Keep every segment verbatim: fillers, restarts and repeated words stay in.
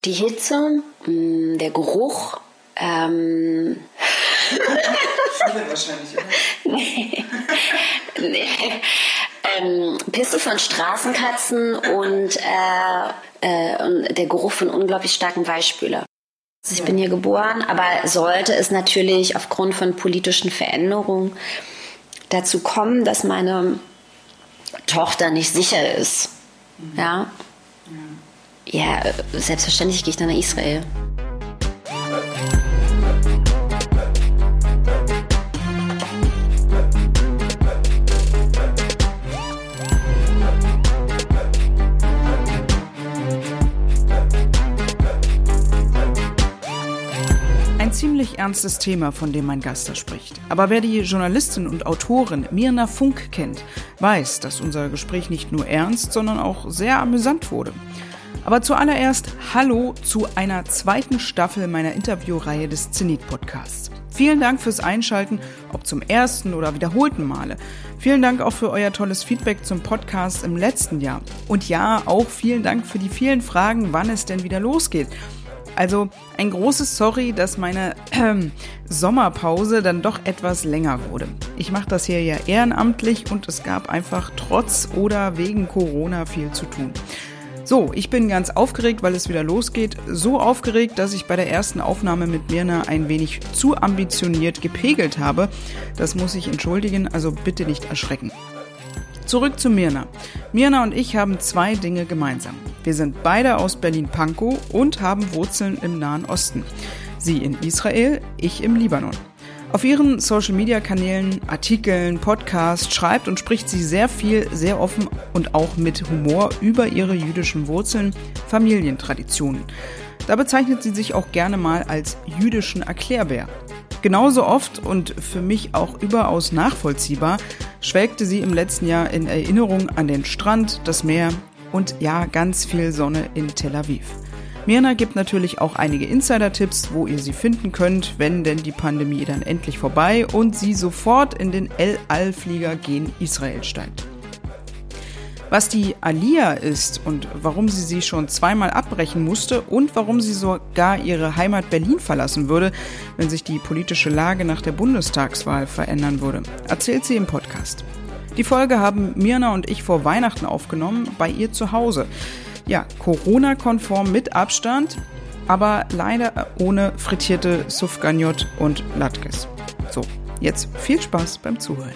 Die Hitze, mh, der Geruch. Ähm Viele wahrscheinlich, oder? nee. nee. Ähm, Pisse von Straßenkatzen und, äh, äh, und der Geruch von unglaublich starken Weichspüler. Also ich ja. bin hier geboren, aber sollte es natürlich aufgrund von politischen Veränderungen dazu kommen, dass meine Tochter nicht sicher ist, mhm. ja, ja, selbstverständlich gehe ich dann nach Israel. Ziemlich ernstes Thema, von dem mein Gast da spricht. Aber wer die Journalistin und Autorin Mirna Funk kennt, weiß, dass unser Gespräch nicht nur ernst, sondern auch sehr amüsant wurde. Aber zuallererst Hallo zu einer zweiten Staffel meiner Interviewreihe des Zenit-Podcasts. Vielen Dank fürs Einschalten, ob zum ersten oder wiederholten Male. Vielen Dank auch für euer tolles Feedback zum Podcast im letzten Jahr. Und ja, auch vielen Dank für die vielen Fragen, wann es denn wieder losgeht. Also ein großes Sorry, dass meine äh, Sommerpause dann doch etwas länger wurde. Ich mache das hier ja ehrenamtlich und es gab einfach trotz oder wegen Corona viel zu tun. So, ich bin ganz aufgeregt, weil es wieder losgeht. So aufgeregt, dass ich bei der ersten Aufnahme mit Mirna ein wenig zu ambitioniert gepegelt habe. Das muss ich entschuldigen, also bitte nicht erschrecken. Zurück zu Mirna. Mirna und ich haben zwei Dinge gemeinsam. Wir sind beide aus Berlin-Pankow und haben Wurzeln im Nahen Osten. Sie in Israel, ich im Libanon. Auf ihren Social-Media-Kanälen, Artikeln, Podcasts schreibt und spricht sie sehr viel, sehr offen und auch mit Humor über ihre jüdischen Wurzeln, Familientraditionen. Da bezeichnet sie sich auch gerne mal als jüdischen Erklärbär. Genauso oft und für mich auch überaus nachvollziehbar schwelgte sie im letzten Jahr in Erinnerung an den Strand, das Meer und ja, ganz viel Sonne in Tel Aviv. Mirna gibt natürlich auch einige Insider-Tipps, wo ihr sie finden könnt, wenn denn die Pandemie dann endlich vorbei und sie sofort in den El-Al-Flieger gen Israel steigt. Was die Aliyah ist und warum sie sie schon zweimal abbrechen musste und warum sie sogar ihre Heimat Berlin verlassen würde, wenn sich die politische Lage nach der Bundestagswahl verändern würde, erzählt sie im Podcast. Die Folge haben Mirna und ich vor Weihnachten aufgenommen, bei ihr zu Hause. Ja, Corona-konform mit Abstand, aber leider ohne frittierte Sufganiyot und Latkes. So, jetzt viel Spaß beim Zuhören.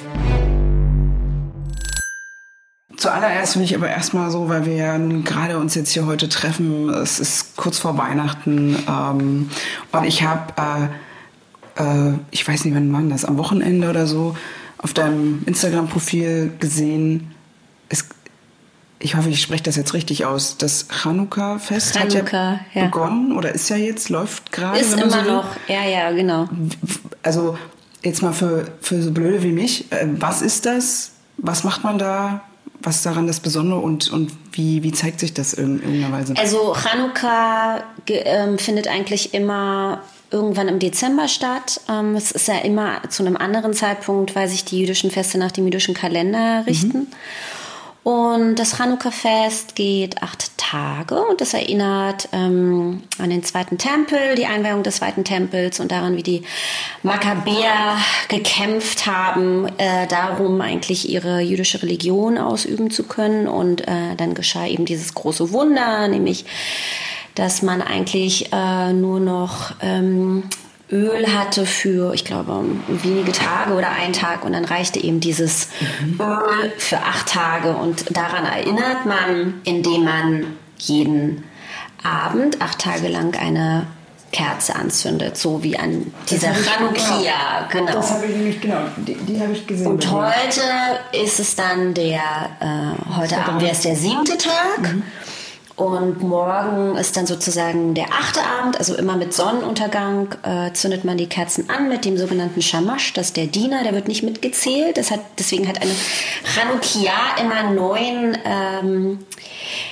Zuallererst will ich aber erstmal so, weil wir ja gerade uns jetzt hier heute treffen, es ist kurz vor Weihnachten ähm, und ich habe, äh, äh, ich weiß nicht, wann war das, am Wochenende oder so, auf deinem Instagram-Profil gesehen, es, ich hoffe, ich spreche das jetzt richtig aus, das Chanukka-Fest hat ja, ja begonnen oder ist ja jetzt, läuft gerade. Ist immer so noch, ja, ja, genau. Also jetzt mal für, für so Blöde wie mich, äh, was ist das, was macht man da? Was ist daran das Besondere und, und wie, wie zeigt sich das in irgendeiner Weise? Also Chanukka ge, ähm, findet eigentlich immer irgendwann im Dezember statt. Ähm, es ist ja immer zu einem anderen Zeitpunkt, weil sich die jüdischen Feste nach dem jüdischen Kalender richten. Mhm. Und das Chanukka-Fest geht acht Tage und das erinnert ähm, an den zweiten Tempel, die Einweihung des zweiten Tempels und daran, wie die Makkabäer gekämpft haben, äh, darum eigentlich ihre jüdische Religion ausüben zu können. Und äh, dann geschah eben dieses große Wunder, nämlich, dass man eigentlich äh, nur noch ähm, Öl hatte für, ich glaube, wenige Tage oder einen Tag und dann reichte eben dieses mhm. Öl für acht Tage und daran erinnert man, indem man jeden Abend acht Tage lang eine Kerze anzündet, so wie an dieser Chanukka. Genau. Das habe ich nämlich, genau, die, die habe ich gesehen. Und heute ist es dann der, äh, heute Abend wäre es der siebte Tag. Mhm. Und morgen ist dann sozusagen der achte Abend, also immer mit Sonnenuntergang äh, zündet man die Kerzen an mit dem sogenannten Shamash, das ist der Diener, der wird nicht mitgezählt. Das hat, deswegen hat eine Chanukka immer neun ähm,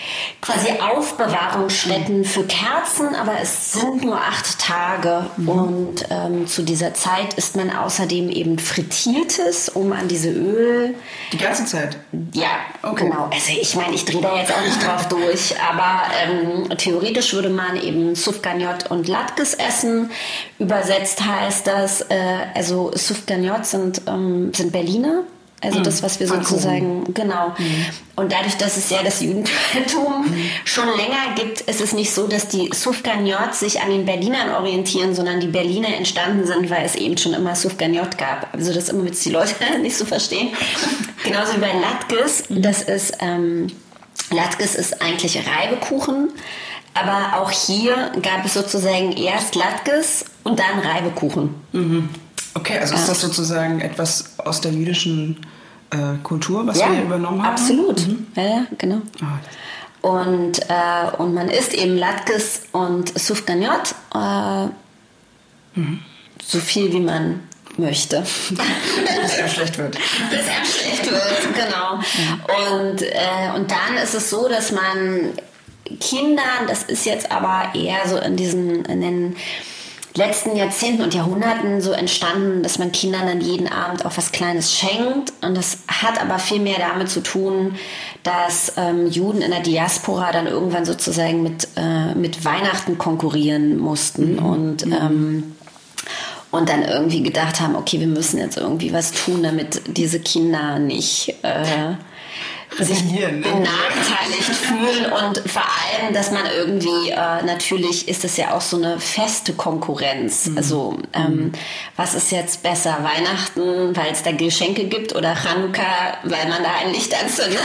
quasi Aufbewahrungsstätten für Kerzen, aber es sind nur acht Tage. Mhm. Und ähm, zu dieser Zeit isst man außerdem eben Frittiertes, um an diese Öl... Die ganze Zeit? Ja, okay. Genau. Also ich meine, ich drehe da jetzt auch nicht drauf durch, aber ähm, theoretisch würde man eben Sufganiyot und Latkes essen. Übersetzt heißt das, äh, also Sufganiyot sind, ähm, sind Berliner. Also das, was wir sozusagen, genau. Mhm. Und dadurch, dass es ja das Judentum mhm. schon länger gibt, ist es nicht so, dass die Sufganiyot sich an den Berlinern orientieren, sondern die Berliner entstanden sind, weil es eben schon immer Sufganiyot gab. Also das immer, damit die Leute nicht so verstehen. Genauso wie bei Latkes. Das ist, ähm, Latkes ist eigentlich Reibekuchen. Aber auch hier gab es sozusagen erst Latkes und dann Reibekuchen. Mhm. Okay, also ja. Ist das sozusagen etwas aus der jüdischen äh, Kultur, was ja, wir übernommen haben? Absolut. Mhm. Ja, ja, genau. Oh. Und, äh, und man isst eben Latkes und Sufganiyot äh, mhm. so viel, wie man möchte. Bis er schlecht wird. Bis er schlecht wird, genau. Ja. Und, äh, und dann ist es so, dass man Kindern, das ist jetzt aber eher so in diesen, in den letzten Jahrzehnten und Jahrhunderten so entstanden, dass man Kindern dann jeden Abend auch was Kleines schenkt. Und das hat aber viel mehr damit zu tun, dass ähm, Juden in der Diaspora dann irgendwann sozusagen mit, äh, mit Weihnachten konkurrieren mussten. Mhm. Und, ähm, und dann irgendwie gedacht haben, okay, wir müssen jetzt irgendwie was tun, damit diese Kinder nicht... Äh, sich benachteiligt fühlen und vor allem, dass man irgendwie, äh, natürlich ist es ja auch so eine feste Konkurrenz. Mhm. Also ähm, was ist jetzt besser, Weihnachten, weil es da Geschenke gibt, oder Chanukka, weil man da ein Licht anzündet?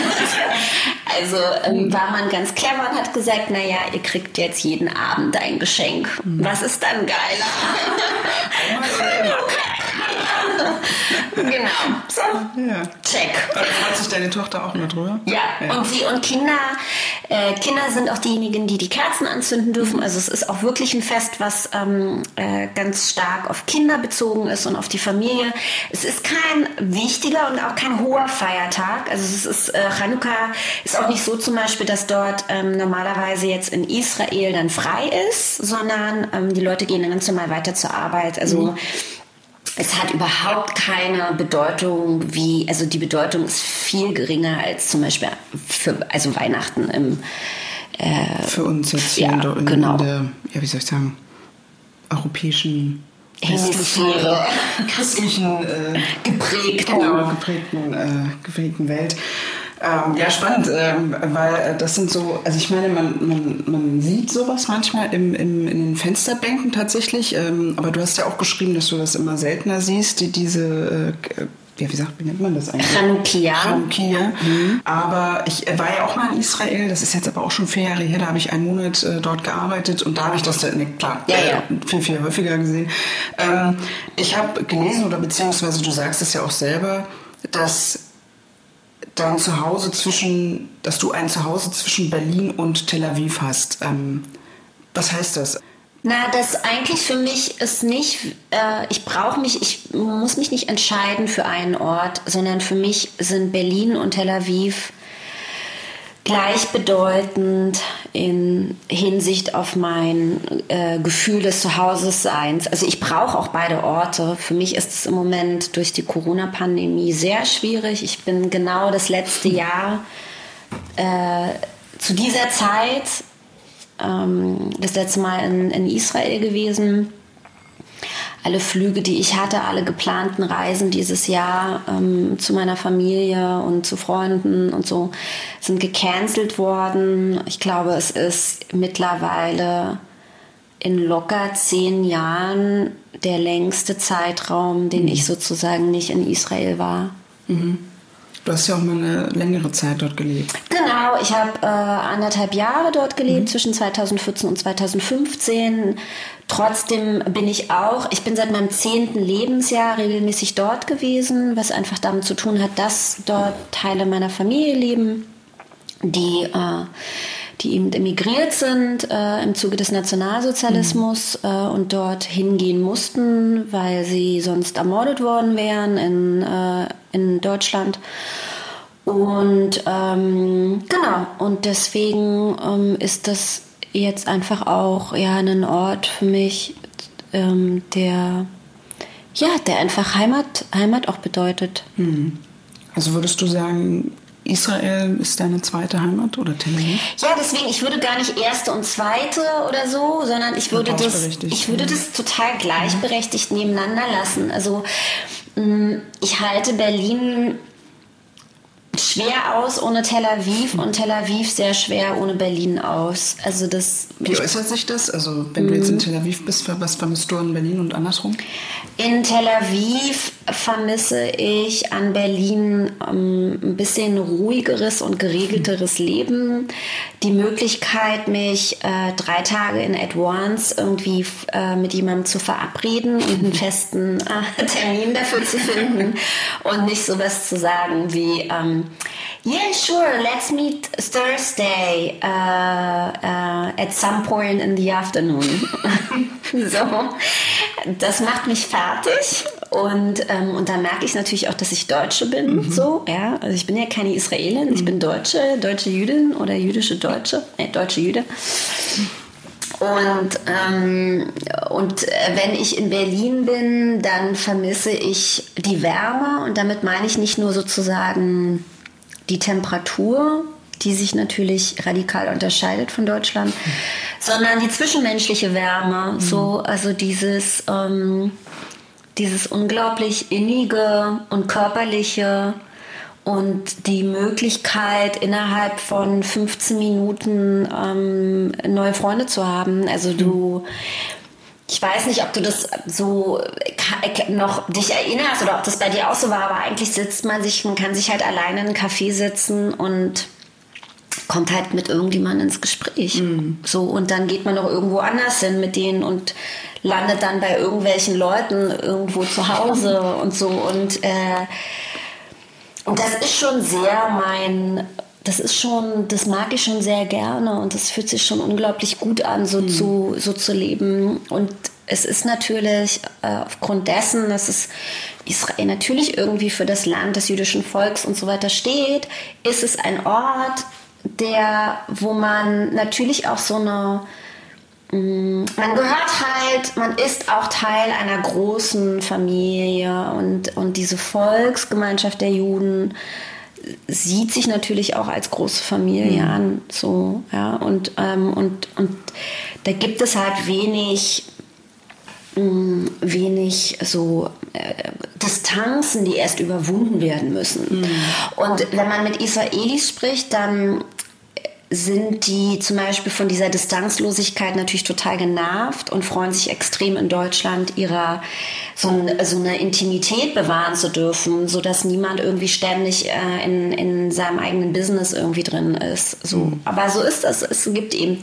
Also ähm, war man ganz clever und hat gesagt, naja, ihr kriegt jetzt jeden Abend ein Geschenk. Mhm. Was ist dann geiler? Genau. So. Ja. Check. Da freut sich deine Tochter auch nur drüber? Ja, ja. Und, sie, und Kinder, äh, Kinder sind auch diejenigen, die die Kerzen anzünden dürfen. Also es ist auch wirklich ein Fest, was ähm, äh, ganz stark auf Kinder bezogen ist und auf die Familie. Es ist kein wichtiger und auch kein hoher Feiertag. Also es ist, äh, Chanukka ist auch nicht so zum Beispiel, dass dort ähm, normalerweise jetzt in Israel dann frei ist, sondern ähm, die Leute gehen dann ganz normal weiter zur Arbeit. Also mhm. Es hat überhaupt keine Bedeutung, wie, also die Bedeutung ist viel geringer als zum Beispiel für, also Weihnachten im äh, für uns jetzt ja, hier in, genau. in der, ja, wie soll ich sagen, europäischen Hemisphäre, christlichen äh, geprägten, genau, geprägten, äh, geprägten Welt. Ähm, ja, spannend, ähm, weil das sind so, also ich meine, man, man, man sieht sowas manchmal im, im, in den Fensterbänken tatsächlich, ähm, aber du hast ja auch geschrieben, dass du das immer seltener siehst, die, diese, äh, ja, wie sagt, wie nennt man das eigentlich? Chanukkia. Chanukkia. Mhm. Aber ich war ja auch mal in Israel, das ist jetzt aber auch schon vier Jahre her, da habe ich einen Monat äh, dort gearbeitet und da habe ich das, ne, klar, ja, ja. Äh, viel, viel häufiger gesehen. Ähm, ich habe gelesen, oder beziehungsweise du sagst es ja auch selber, dass dein Zuhause zwischen, dass du ein Zuhause zwischen Berlin und Tel Aviv hast. Ähm, was heißt das? Na, das eigentlich für mich ist nicht, äh, ich brauche mich, ich muss mich nicht entscheiden für einen Ort, sondern für mich sind Berlin und Tel Aviv gleichbedeutend in Hinsicht auf mein äh, Gefühl des Zuhause-Seins. Also ich brauche auch beide Orte. Für mich ist es im Moment durch die Corona-Pandemie sehr schwierig. Ich bin genau das letzte Jahr äh, zu dieser Zeit ähm, das letzte Mal in, in Israel gewesen. Alle Flüge, die ich hatte, alle geplanten Reisen dieses Jahr ähm, zu meiner Familie und zu Freunden und so, sind gecancelt worden. Ich glaube, es ist mittlerweile in locker zehn Jahren der längste Zeitraum, den mhm. ich sozusagen nicht in Israel war. Mhm. Du hast ja auch mal eine längere Zeit dort gelebt. Genau, ich habe äh, anderthalb Jahre dort gelebt, mhm. zwischen zweitausendvierzehn und zweitausendfünfzehn. Trotzdem bin ich auch, ich bin seit meinem zehnten Lebensjahr regelmäßig dort gewesen, was einfach damit zu tun hat, dass dort Teile meiner Familie leben, die, äh, die eben emigriert sind äh, im Zuge des Nationalsozialismus mhm. äh, und dort hingehen mussten, weil sie sonst ermordet worden wären in, äh, in Deutschland. Und ähm, genau, und deswegen ähm, ist das jetzt einfach auch ja ein Ort für mich, ähm, der ja, der einfach Heimat, Heimat auch bedeutet. Mhm. Also würdest du sagen, Israel ist deine zweite Heimat oder Tel Aviv? Ja, deswegen, ich würde gar nicht erste und zweite oder so, sondern ich würde das, ich würde das total gleichberechtigt nebeneinander lassen. Also ich halte Berlin schwer aus ohne Tel Aviv und Tel Aviv sehr schwer ohne Berlin aus. Also das. Wie äußert sich das? Also wenn du jetzt in Tel Aviv bist, was vermisst du an Berlin und andersrum? In Tel Aviv vermisse ich an Berlin ähm, ein bisschen ruhigeres und geregelteres Leben. Die Möglichkeit, mich äh, drei Tage in advance irgendwie äh, mit jemandem zu verabreden und einen festen äh, Termin dafür zu finden und nicht sowas zu sagen wie ähm, yeah, sure, let's meet Thursday uh, uh, at some point in the afternoon. So, das macht mich fertig und, ähm, und da merke ich natürlich auch, dass ich Deutsche bin. Mhm. So, ja, also ich bin ja keine Israelin, mhm. ich bin Deutsche, deutsche Jüdin oder jüdische Deutsche, äh, deutsche Jüde. Und, ähm, und wenn ich in Berlin bin, dann vermisse ich die Wärme und damit meine ich nicht nur sozusagen die Temperatur, die sich natürlich radikal unterscheidet von Deutschland, mhm. sondern die zwischenmenschliche Wärme, mhm. so, also dieses, ähm, dieses unglaublich innige und körperliche und die Möglichkeit, innerhalb von fünfzehn Minuten ähm, neue Freunde zu haben. Also du, ich weiß nicht, ob du das so noch dich erinnerst oder ob das bei dir auch so war, aber eigentlich sitzt man sich, man kann sich halt alleine in einen Café sitzen und kommt halt mit irgendjemandem ins Gespräch. Mhm. So, und dann geht man noch irgendwo anders hin mit denen und landet dann bei irgendwelchen Leuten irgendwo zu Hause und so. Und, äh, und das ist schon sehr mein, das ist schon, das mag ich schon sehr gerne und das fühlt sich schon unglaublich gut an, so, mhm. zu, so zu leben. Und es ist natürlich äh, aufgrund dessen, dass es Israel natürlich irgendwie für das Land des jüdischen Volks und so weiter steht, ist es ein Ort, der, wo man natürlich auch so eine, mh, man gehört halt, man ist auch Teil einer großen Familie und, und diese Volksgemeinschaft der Juden sieht sich natürlich auch als große Familie mhm. an, so, ja, und, ähm, und, und da gibt es halt wenig, mh, wenig so äh, Distanzen, die erst überwunden werden müssen. Mhm. Und wenn man mit Israelis spricht, dann sind die zum Beispiel von dieser Distanzlosigkeit natürlich total genervt und freuen sich extrem in Deutschland ihrer so, ein, so eine Intimität bewahren zu dürfen, sodass niemand irgendwie ständig äh, in, in seinem eigenen Business irgendwie drin ist. So. Mhm. Aber so ist das. Es gibt eben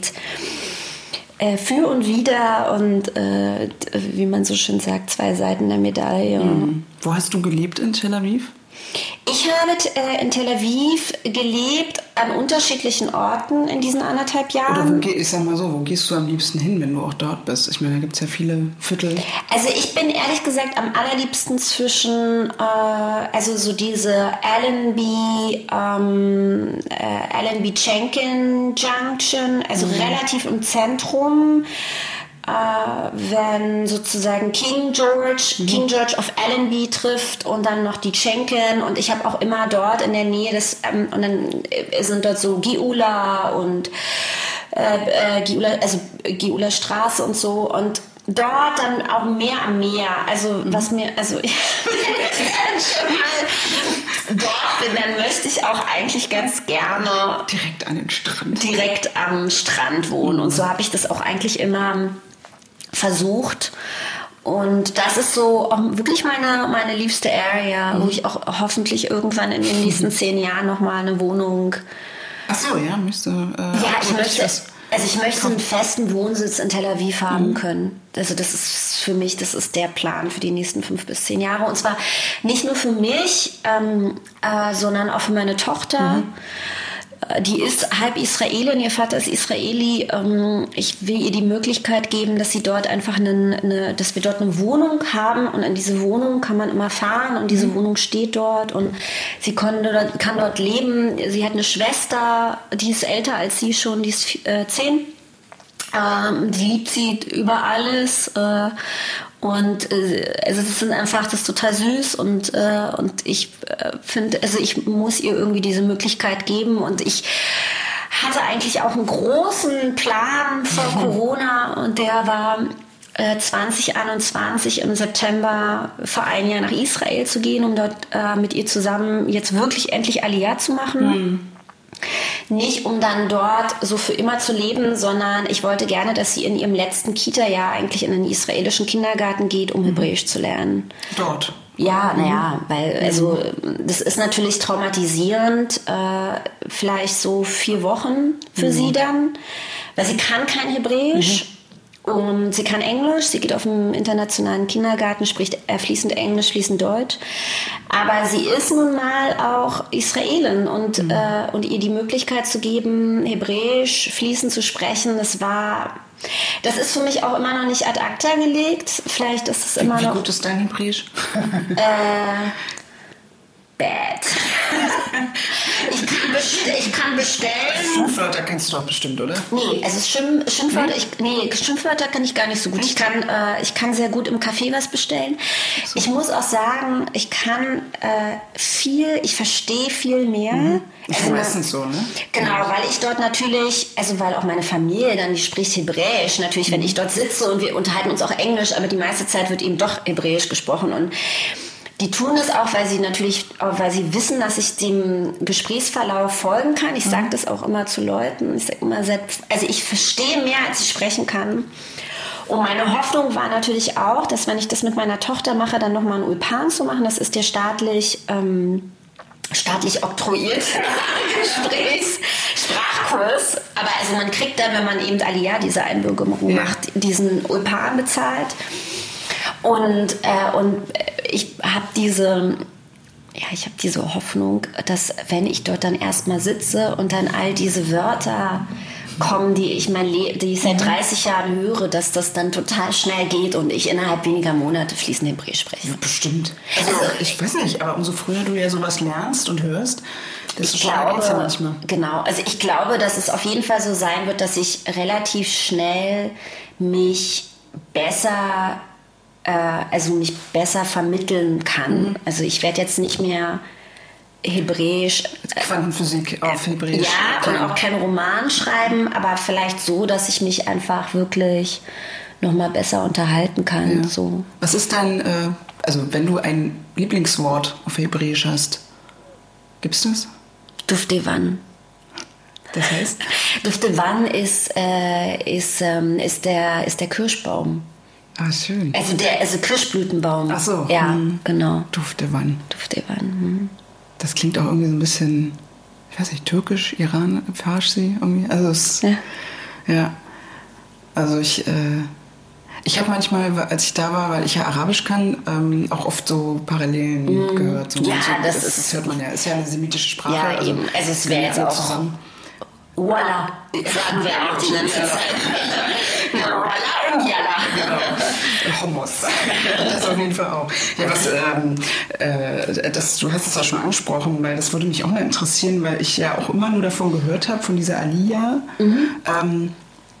äh, für und wider und äh, wie man so schön sagt, zwei Seiten der Medaille. Mhm. Wo hast du gelebt in Tel Aviv? Ich habe äh, in Tel Aviv gelebt, an unterschiedlichen Orten in diesen anderthalb Jahren. Oder wo, ich sag mal so, wo gehst du am liebsten hin, wenn du auch dort bist? Ich meine, da gibt es ja viele Viertel. Also ich bin ehrlich gesagt am allerliebsten zwischen, äh, also so diese Allenby, ähm, äh, Allenby-Schenken Junction, also mhm. relativ im Zentrum. Uh, wenn sozusagen King George, mhm. King George of Allenby trifft und dann noch die Schenken und ich habe auch immer dort in der Nähe des, ähm, und dann sind dort so Geula und äh, äh, Geula, also Geula Straße und so und dort dann auch Meer am Meer, also mhm. was mir, also ich schon mal dort bin, dann möchte ich auch eigentlich ganz gerne direkt an den Strand, direkt am Strand wohnen mhm. und so habe ich das auch eigentlich immer versucht und das ist so auch wirklich meine, meine liebste Area, mhm. wo ich auch hoffentlich irgendwann in den nächsten zehn Jahren nochmal eine Wohnung. Ach so, ja, müsste. Äh, ja, ich möchte, also ich möchte einen festen Wohnsitz in Tel Aviv haben mhm. können. Also das ist für mich, das ist der Plan für die nächsten fünf bis zehn Jahre und zwar nicht nur für mich, ähm, äh, sondern auch für meine Tochter. Mhm. die ist halb Israelin, ihr Vater ist Israeli. Ähm, ich will ihr die Möglichkeit geben, dass sie dort einfach eine, eine, dass wir dort eine Wohnung haben und in diese Wohnung kann man immer fahren und diese Wohnung steht dort und sie konnte, kann dort leben. Sie hat eine Schwester, die ist älter als sie schon, die ist äh, zehn. Ähm, die liebt sie über alles äh, und äh, also das ist einfach, das ist total süß und, äh, und ich äh, finde, also ich muss ihr irgendwie diese Möglichkeit geben und ich hatte eigentlich auch einen großen Plan vor mhm. Corona und der war äh, zwanzig einundzwanzig im September für ein Jahr nach Israel zu gehen, um dort äh, mit ihr zusammen jetzt wirklich endlich Aliyah zu machen. Mhm. Nicht, um dann dort so für immer zu leben, sondern ich wollte gerne, dass sie in ihrem letzten Kita-Jahr eigentlich in einen israelischen Kindergarten geht, um Hebräisch zu lernen. Dort? Ja, naja, weil also das ist natürlich traumatisierend, äh, vielleicht so vier Wochen für mhm. sie dann, weil sie kann kein Hebräisch. Mhm. Und sie kann Englisch, sie geht auf einen internationalen Kindergarten, spricht fließend Englisch, fließend Deutsch. Aber sie ist nun mal auch Israelin und, mhm. äh, und ihr die Möglichkeit zu geben, Hebräisch fließend zu sprechen, das war, das ist für mich auch immer noch nicht ad acta gelegt. Vielleicht ist es immer Wie noch... Wie gut ist dein Hebräisch? äh, bad. ich, kann bestell, ich kann bestellen. Schimpfwörter kennst du doch bestimmt, oder? Nee, also Schimpf, Schimpfwörter, ich, nee, Schimpfwörter kann ich gar nicht so gut. Ich kann, äh, ich kann sehr gut im Café was bestellen. So. Ich muss auch sagen, ich kann äh, viel, ich verstehe viel mehr. Mhm. Also, ist meistens so, ne? Genau, weil ich dort natürlich, also weil auch meine Familie dann, die spricht Hebräisch. Natürlich, mhm. wenn ich dort sitze und wir unterhalten uns auch Englisch, aber die meiste Zeit wird eben doch Hebräisch gesprochen und die tun es auch, weil sie natürlich, weil sie wissen, dass ich dem Gesprächsverlauf folgen kann. Ich sage das auch immer zu Leuten. Ich sage immer, also ich verstehe mehr, als ich sprechen kann. Und meine Hoffnung war natürlich auch, dass wenn ich das mit meiner Tochter mache, dann nochmal einen Ulpan zu machen. Das ist ja staatlich, ähm, staatlich oktroyiert. Gesprächs, Sprachkurs. Aber also man kriegt dann, wenn man eben Aliyah, diese Einbürgerung ja. macht, diesen Ulpan bezahlt. Und, äh, und ich habe diese, ja, ich habe diese Hoffnung, dass wenn ich dort dann erstmal sitze und dann all diese Wörter kommen, die ich mein Le- die ich seit dreißig Jahren höre, dass das dann total schnell geht und ich innerhalb weniger Monate fließend Hebräisch spreche. Ja, bestimmt. Also, ich weiß nicht, aber umso früher du ja sowas lernst und hörst, desto schneller geht's ja manchmal. Genau, also ich glaube, dass es auf jeden Fall so sein wird, dass ich relativ schnell mich besser also mich besser vermitteln kann. Mhm. Also ich werde jetzt nicht mehr Hebräisch... Quantenphysik auf Hebräisch. Ja, und auch keinen Roman schreiben, aber vielleicht so, dass ich mich einfach wirklich nochmal besser unterhalten kann. Ja. So. Was ist dein, äh, also wenn du ein Lieblingswort auf Hebräisch hast, gibt's das? Duftevan. Das heißt? Duftevan ist, äh, ist, ähm, ist, der, ist der Kirschbaum. Ah, schön. Also der also Kirschblütenbaum. Ach so. Ja, hm. genau. Duftevan. Duftevan. Hm. Das klingt auch irgendwie so ein bisschen, ich weiß nicht, türkisch, Iran, Farsi irgendwie. Also es, ja. ja. Also ich, äh, ich habe manchmal, als ich da war, weil ich ja Arabisch kann, ähm, auch oft so Parallelen mm. gehört. So ja, so. Das, das, ist, das hört man ja. Ist ja eine semitische Sprache. Ja, also, eben. Also es wäre jetzt auch zusammen. Voila, sagen wir auch die ganze Zeit. Voila und Jalla. Genau. Hummus. Das auf jeden Fall auch. Ja, was, ähm, äh, das, du hast es auch schon angesprochen, weil das würde mich auch mal interessieren, weil ich ja auch immer nur davon gehört habe, von dieser Aliyah. Mhm. Ähm,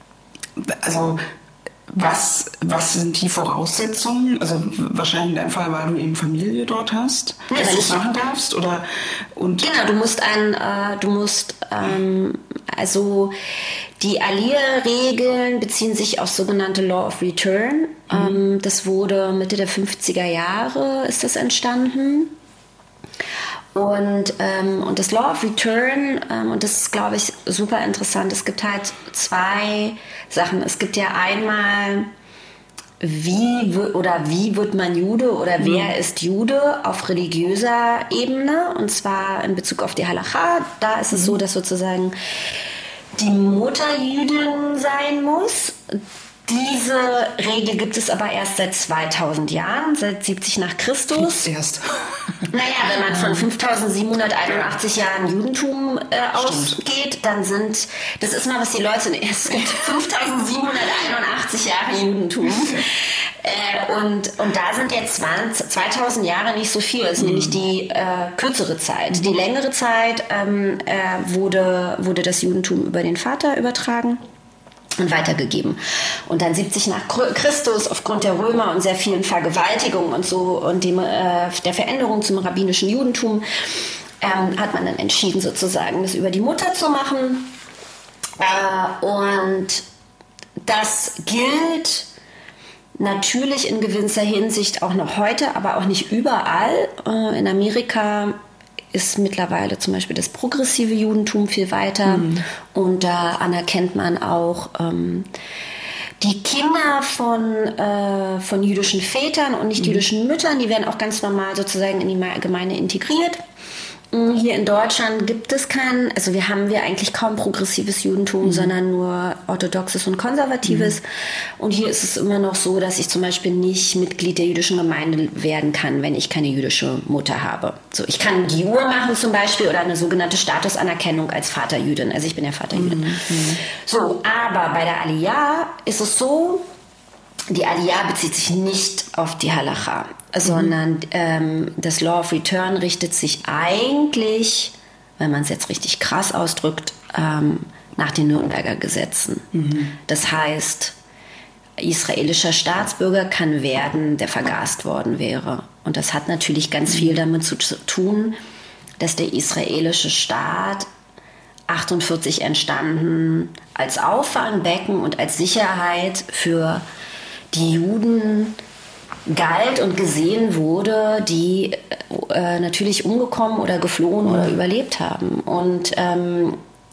also Was, was sind die Voraussetzungen? Also wahrscheinlich in deinem Fall, weil du eben Familie dort hast, ja, dass du es machen darfst? Oder, und genau, du musst ein, äh, du musst, ähm, also die Aliyah-Regeln beziehen sich auf sogenannte Law of Return. Mhm. Ähm, das wurde Mitte der fünfziger Jahre ist das entstanden. Und, ähm, und das Law of Return, ähm, und das ist, glaube ich, super interessant. Es gibt halt zwei Sachen. Es gibt ja einmal, wie oder wie wird man Jude oder wer mhm. ist Jude auf religiöser Ebene, und zwar in Bezug auf die Halacha. Da ist es mhm. so, dass sozusagen die Mutter Jüdin sein muss. Diese Regel gibt es aber erst seit zweitausend Jahren, seit siebzig nach Christus. Erst. Naja, wenn man von fünftausendsiebenhunderteinundachtzig Jahren Judentum äh, ausgeht, dann sind, das ist mal, was die Leute, es gibt fünftausendsiebenhunderteinundachtzig Jahre Judentum. Äh, und, und da sind jetzt zwanzig, zweitausend Jahre nicht so viel. Das ist mhm. nämlich die äh, kürzere Zeit. Die längere Zeit ähm, äh, wurde, wurde das Judentum über den Vater übertragen und weitergegeben. Und dann siebzig nach Christus, aufgrund der Römer und sehr vielen Vergewaltigungen und so und dem, äh, der Veränderung zum rabbinischen Judentum, ähm, hat man dann entschieden, sozusagen das über die Mutter zu machen. Äh, und das gilt natürlich in gewisser Hinsicht auch noch heute, aber auch nicht überall. Äh, in Amerika ist mittlerweile zum Beispiel das progressive Judentum viel weiter. Mhm. Und da anerkennt man auch ähm, die Kinder von, äh, von jüdischen Vätern und nicht mhm. jüdischen Müttern. Die werden auch ganz normal sozusagen in die Gemeinde integriert. Hier in Deutschland gibt es kein, also wir haben wir eigentlich kaum progressives Judentum, mhm. sondern nur orthodoxes und konservatives. Mhm. Und hier ist es immer noch so, dass ich zum Beispiel nicht Mitglied der jüdischen Gemeinde werden kann, wenn ich keine jüdische Mutter habe. So, ich kann Giur machen zum Beispiel oder eine sogenannte Statusanerkennung als Vaterjüdin. Also ich bin ja Vaterjüdin. Mhm. So, aber bei der Aliyah ist es so, die Aliyah bezieht sich nicht auf die Halacha, mhm. sondern ähm, das Law of Return richtet sich eigentlich, wenn man es jetzt richtig krass ausdrückt, ähm, nach den Nürnberger Gesetzen. Mhm. Das heißt, israelischer Staatsbürger kann werden, der vergast worden wäre. Und das hat natürlich ganz viel damit zu tun, dass der israelische Staat achtundvierzig entstanden als Auffangbecken und als Sicherheit für die Juden galt und gesehen wurde, die äh, natürlich umgekommen oder geflohen mhm. oder überlebt haben. Und, ähm,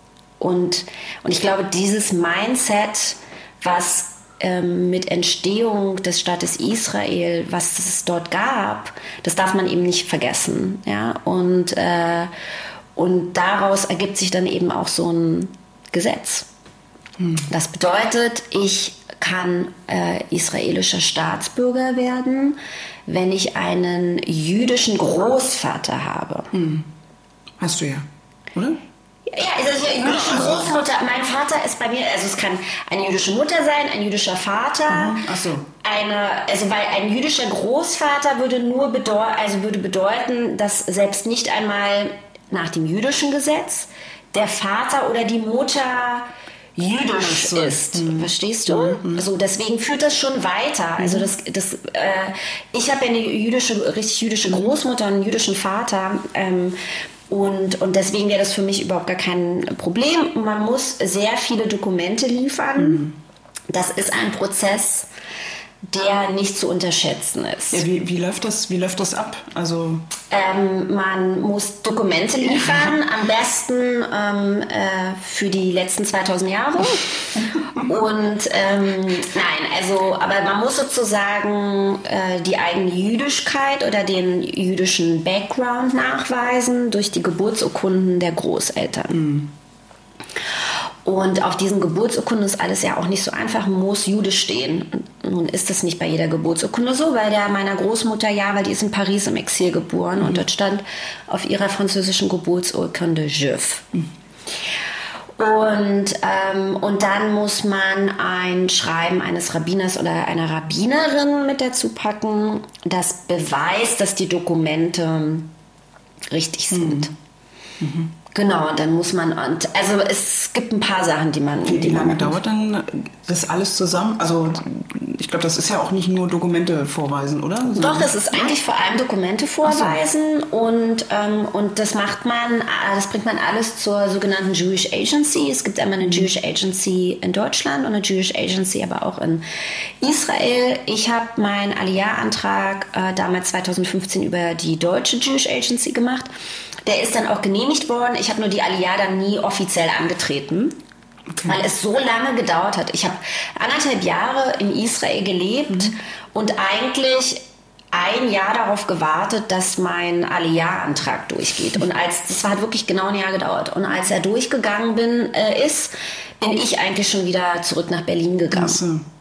und, und ich glaube, dieses Mindset, was ähm, mit Entstehung des Staates Israel, was es dort gab, das darf man eben nicht vergessen. Ja? Und, äh, und daraus ergibt sich dann eben auch so ein Gesetz. Mhm. Das bedeutet, ich kann äh, israelischer Staatsbürger werden, wenn ich einen jüdischen Großvater habe. Hm. Hast du ja, oder? Ja, also ich, jüdische Großmutter. Mein Vater ist bei mir, also es kann eine jüdische Mutter sein, ein jüdischer Vater. Mhm. Ach so. Eine, also weil ein jüdischer Großvater würde nur bedeuten, also würde bedeuten, dass selbst nicht einmal nach dem jüdischen Gesetz der Vater oder die Mutter jüdisch so. ist, mhm. verstehst du? Mhm. Also deswegen führt das schon weiter. Also das, das, äh, ich habe ja eine jüdische, richtig jüdische Großmutter und einen jüdischen Vater ähm, und, und deswegen wäre das für mich überhaupt gar kein Problem. Man muss sehr viele Dokumente liefern. Mhm. Das ist ein Prozess, der nicht zu unterschätzen ist. Ja, wie, wie, läuft das, wie läuft das ab? Also ähm, man muss Dokumente liefern, am besten ähm, äh, für die letzten zweitausend Jahre. Und ähm, nein, also, aber man muss sozusagen äh, die eigene Jüdischkeit oder den jüdischen Background nachweisen durch die Geburtsurkunden der Großeltern. Mhm. Und auf diesen Geburtsurkunden ist alles ja auch nicht so einfach, muss jüdisch stehen. Nun ist das nicht bei jeder Geburtsurkunde so, bei der meiner Großmutter ja, weil die ist in Paris im Exil geboren mhm. und dort stand auf ihrer französischen Geburtsurkunde Juif. Mhm. Und, ähm, und dann muss man ein Schreiben eines Rabbiners oder einer Rabbinerin mit dazu packen, das beweist, dass die Dokumente richtig sind. Mhm. Mhm. Genau, und dann muss man, und also es gibt ein paar Sachen, die man... Wie, die wie lange man dauert dann das alles zusammen? Also ich glaube, das ist ja auch nicht nur Dokumente vorweisen, oder? Doch, das ist eigentlich vor allem Dokumente vorweisen so. und, ähm, und das macht man, das bringt man alles zur sogenannten Jewish Agency. Es gibt einmal eine Jewish Agency in Deutschland und eine Jewish Agency aber auch in Israel. Ich habe meinen Aliyah-Antrag äh, damals zweitausendfünfzehn über die deutsche Jewish Agency gemacht. Der ist dann auch genehmigt worden. Ich habe nur die Aliyah dann nie offiziell angetreten, okay. weil es so lange gedauert hat. Ich habe anderthalb Jahre in Israel gelebt mhm. und eigentlich ein Jahr darauf gewartet, dass mein Aliyah-Antrag durchgeht. Und als das hat wirklich genau ein Jahr gedauert. Und als er durchgegangen bin, äh, ist, bin ich eigentlich schon wieder zurück nach Berlin gegangen. So.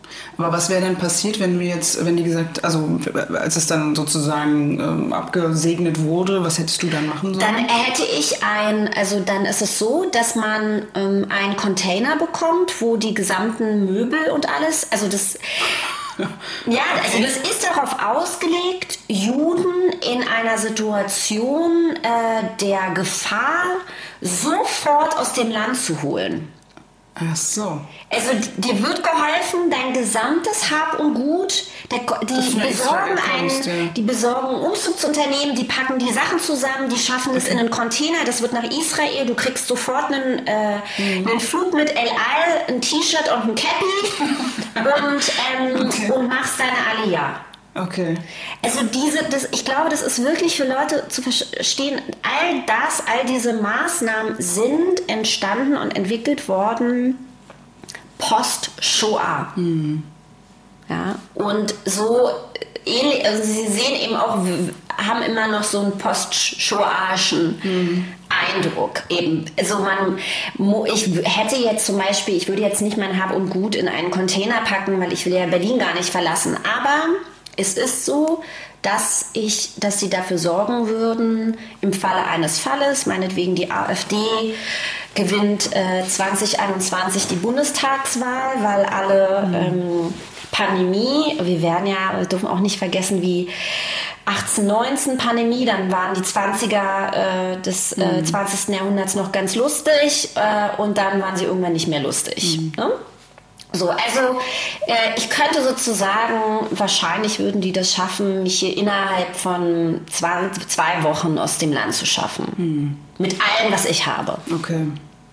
Aber was wäre denn passiert, wenn wir jetzt, wenn die gesagt, also als es dann sozusagen ähm, abgesegnet wurde, was hättest du dann machen sollen? Dann hätte ich ein, also dann ist es so, dass man ähm, einen Container bekommt, wo die gesamten Möbel und alles, also das, ja, also das ist darauf ausgelegt, Juden in einer Situation äh, der Gefahr sofort aus dem Land zu holen. Ach so. Also dir wird geholfen, dein gesamtes Hab und Gut, der, die, besorgen einen, die besorgen Umzugsunternehmen, die packen die Sachen zusammen, die schaffen es okay. in einen Container, das wird nach Israel, du kriegst sofort einen, äh, mhm. einen Flug mit El Al, ein T-Shirt und ein Cappy und, ähm, okay. und machst deine Aliyah. Okay. Also diese, das, ich glaube, das ist wirklich für Leute zu verstehen, all das, all diese Maßnahmen sind entstanden und entwickelt worden post-Shoah. Hm. Ja, und so ähnlich, also sie sehen eben auch, haben immer noch so einen post-Shoahischen hm. Eindruck. Eben. Also man, ich hätte jetzt zum Beispiel, ich würde jetzt nicht mein Hab und Gut in einen Container packen, weil ich will ja Berlin gar nicht verlassen, aber es ist so, dass ich, dass sie dafür sorgen würden, im Falle eines Falles, meinetwegen die AfD gewinnt äh, zwanzig einundzwanzig die Bundestagswahl, weil alle mhm. ähm, Pandemie, wir werden ja, wir dürfen auch nicht vergessen, wie achtzehn neunzehn Pandemie, dann waren die zwanziger äh, des äh, mhm. zwanzigsten Jahrhunderts noch ganz lustig äh, und dann waren sie irgendwann nicht mehr lustig. Mhm. Ne? So, also äh, ich könnte sozusagen, wahrscheinlich würden die das schaffen, mich hier innerhalb von zwei, zwei Wochen aus dem Land zu schaffen. Hm. Mit allem, was ich habe. Okay.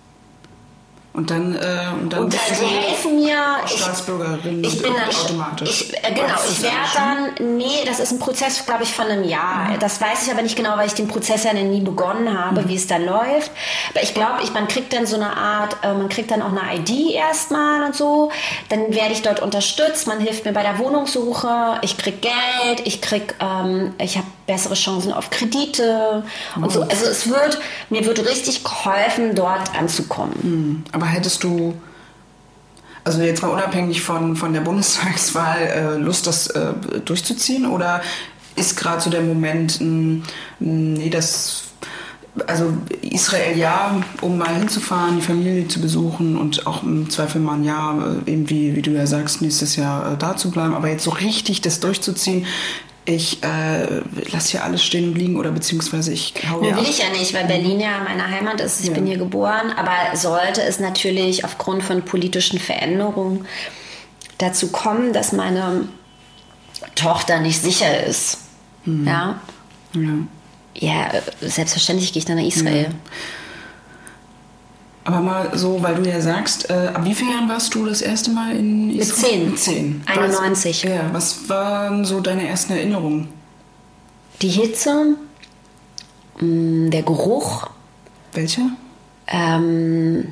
Und dann, äh, und dann, und dann die helfen mir. Staatsbürgerin ich, ich bin dann automatisch. Ich, äh, genau, ich werde dann, nee, das ist ein Prozess, glaube ich, von einem Jahr. Mhm. Das weiß ich aber nicht genau, weil ich den Prozess ja nie begonnen habe, mhm. wie es dann läuft. Aber ich glaube, ich, man kriegt dann so eine Art, äh, man kriegt dann auch eine I D erstmal und so. Dann werde ich dort unterstützt, man hilft mir bei der Wohnungssuche, ich krieg Geld, ich krieg, ähm, ich habe bessere Chancen auf Kredite mhm. und so. Also es wird, mir wird richtig geholfen, dort anzukommen. Mhm. Aber hättest du, also jetzt mal unabhängig von, von der Bundestagswahl, äh, Lust, das äh, durchzuziehen? Oder ist gerade so der Moment, mh, nee, das, also Israel ja, um mal hinzufahren, die Familie zu besuchen und auch im Zweifel mal ein Jahr, eben wie, wie du ja sagst, nächstes Jahr äh, da zu bleiben, aber jetzt so richtig das durchzuziehen, ich äh, lasse hier alles stehen und liegen oder beziehungsweise ich hau nee, ja will ich ja nicht, weil Berlin ja meine Heimat ist. Ich ja. bin hier geboren. Aber sollte es natürlich aufgrund von politischen Veränderungen dazu kommen, dass meine Tochter nicht sicher ist, mhm. ja? ja, ja, selbstverständlich gehe ich dann nach Israel. Ja. Aber mal so, weil du ja sagst, äh, ab wie vielen Jahren warst du das erste Mal in Israel? Mit zehn. Mit zehn. einundneunzig. Was, ja, was waren so deine ersten Erinnerungen? Die Hitze, mh, der Geruch. Welcher? Ähm...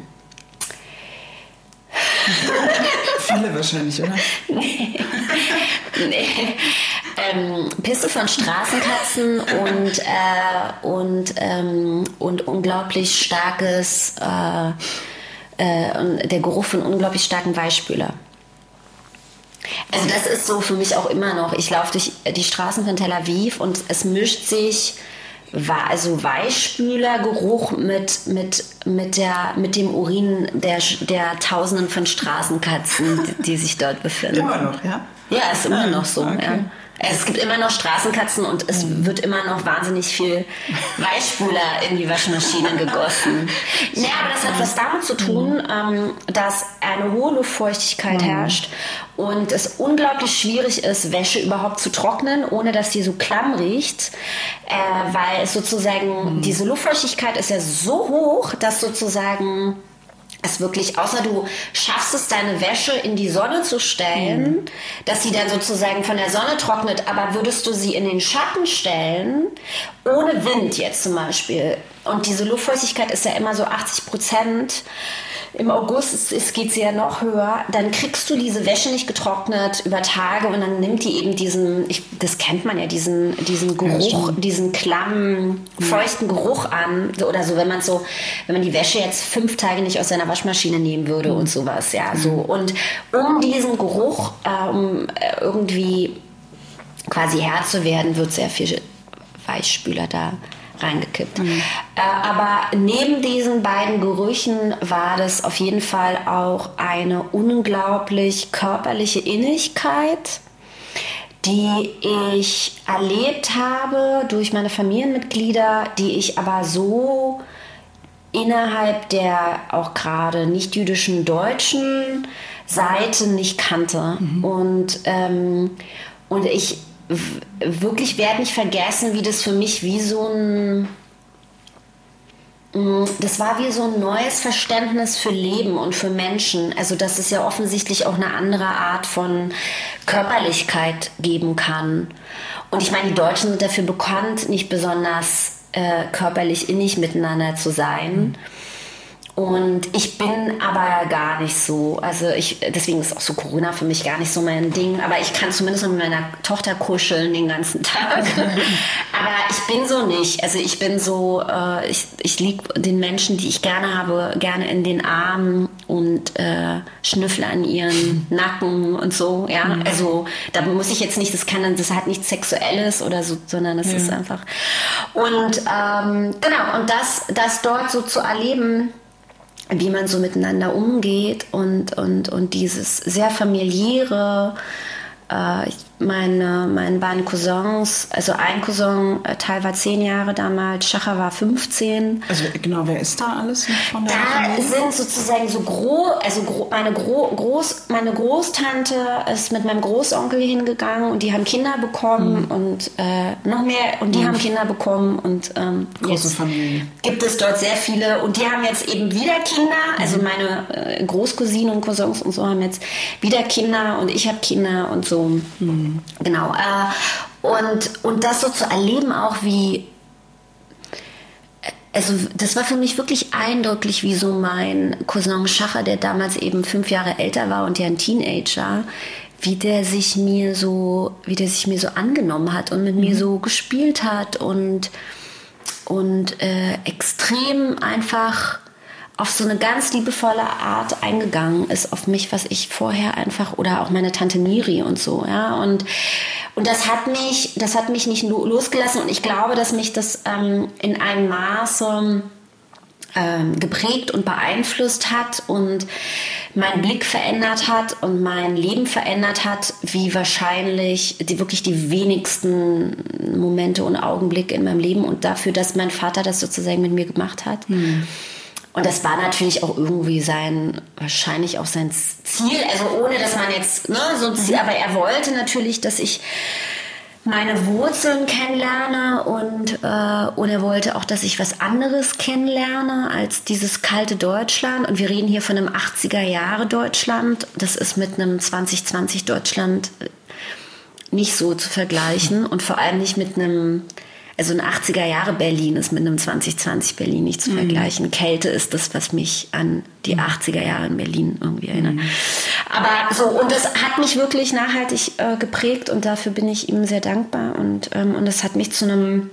Viele wahrscheinlich, oder? Nee. nee. Ähm, Pisse von Straßenkatzen und, äh, und, ähm, und unglaublich starkes, äh, äh, der Geruch von unglaublich starken Weichspüler. Also das ist so für mich auch immer noch, ich laufe durch die Straßen von Tel Aviv und es mischt sich also Weichspülergeruch mit, mit, mit, der, mit dem Urin der, der Tausenden von Straßenkatzen, die, die sich dort befinden. Immer noch, ja? Ja, ist immer noch so, okay. ja. Es gibt immer noch Straßenkatzen und es wird immer noch wahnsinnig viel Weichspüler in die Waschmaschinen gegossen. Ja, aber das hat was damit zu tun, ähm, dass eine hohe Luftfeuchtigkeit herrscht und es unglaublich schwierig ist, Wäsche überhaupt zu trocknen, ohne dass die so klamm riecht, äh, weil es sozusagen, mhm. diese Luftfeuchtigkeit ist ja so hoch, dass sozusagen es wirklich, außer du schaffst es, deine Wäsche in die Sonne zu stellen, mhm. dass sie dann sozusagen von der Sonne trocknet, aber würdest du sie in den Schatten stellen, ohne Wind jetzt zum Beispiel, und diese Luftfeuchtigkeit ist ja immer so achtzig Prozent, im August es, es geht sie ja noch höher, dann kriegst du diese Wäsche nicht getrocknet über Tage und dann nimmt die eben diesen, ich, das kennt man ja, diesen, diesen Geruch, ja, diesen klammen, feuchten ja. Geruch an. Oder so, wenn man so, wenn man die Wäsche jetzt fünf Tage nicht aus seiner Waschmaschine nehmen würde mhm. und sowas, ja, so. Und um diesen Geruch ähm, irgendwie quasi Herr zu werden, wird sehr viel Weichspüler da reingekippt. Mhm. Äh, aber neben diesen beiden Gerüchen war das auf jeden Fall auch eine unglaublich körperliche Innigkeit, die ich erlebt habe durch meine Familienmitglieder, die ich aber so innerhalb der auch gerade nicht-jüdischen deutschen Seite nicht kannte. Mhm. Und, ähm, und ich wirklich werde nicht vergessen, wie das für mich wie so ein, das war wie so ein neues Verständnis für Leben und für Menschen. Also dass es ja offensichtlich auch eine andere Art von Körperlichkeit geben kann. Und ich meine, die Deutschen sind dafür bekannt, nicht besonders äh, körperlich innig miteinander zu sein. Und ich bin aber gar nicht so, also ich, deswegen ist auch so Corona für mich gar nicht so mein Ding, aber ich kann zumindest mit meiner Tochter kuscheln den ganzen Tag. Aber ich bin so nicht, also ich bin so, äh, ich, ich liege den Menschen, die ich gerne habe, gerne in den Armen und äh, schnüffle an ihren Nacken und so, ja, mhm. also da muss ich jetzt nicht, das kann, das hat nichts Sexuelles oder so, sondern das ja. ist einfach, und ähm, genau, und das, das dort so zu erleben, wie man so miteinander umgeht und, und, und dieses sehr familiäre, äh, ich meine, meine beiden Cousins, also ein cousin, äh, Teil war zehn Jahre damals, Schacher war fünfzehn. Also genau, wer ist da alles noch von der Da Familie? sind sozusagen so groß, also gro meine, gro Groß, meine Großtante ist mit meinem Großonkel hingegangen und die haben Kinder bekommen mhm. und äh, noch mehr und die mhm. haben Kinder bekommen und ähm, große Familie. Gibt es dort sehr viele und die haben jetzt eben wieder Kinder, also mhm. meine äh, Großcousinen und Cousins und so haben jetzt wieder Kinder und ich habe Kinder und so. Mhm. Genau. Äh, und, und das so zu erleben auch wie, also das war für mich wirklich eindrücklich, wie so mein Cousin Schacher, der damals eben fünf Jahre älter war und ja ein Teenager, wie der sich mir so, wie der sich mir so angenommen hat und mit mhm. mir so gespielt hat und, und äh, extrem einfach auf so eine ganz liebevolle Art eingegangen ist auf mich, was ich vorher einfach, oder auch meine Tante Miri und so, ja, und, und das hat mich, das hat mich nicht losgelassen und ich glaube, dass mich das ähm, in einem Maße ähm, geprägt und beeinflusst hat und meinen Blick verändert hat und mein Leben verändert hat, wie wahrscheinlich die, wirklich die wenigsten Momente und Augenblicke in meinem Leben und dafür, dass mein Vater das sozusagen mit mir gemacht hat. Mhm. Und das war natürlich auch irgendwie sein, wahrscheinlich auch sein Ziel, also ohne, dass man jetzt, ne, so ein Ziel, aber er wollte natürlich, dass ich meine Wurzeln kennenlerne und, äh, und er wollte auch, dass ich was anderes kennenlerne als dieses kalte Deutschland. Und wir reden hier von einem achtziger Jahre Deutschland. Das ist mit einem zwanzig zwanzig Deutschland nicht so zu vergleichen und vor allem nicht mit einem, also ein achtziger Jahre Berlin ist mit einem zwanzig zwanzig Berlin nicht zu mhm. vergleichen. Kälte ist das, was mich an die achtziger Jahre in Berlin irgendwie erinnert. Mhm. Aber so, und das hat mich wirklich nachhaltig äh, geprägt und dafür bin ich ihm sehr dankbar und, ähm, und das hat mich zu einem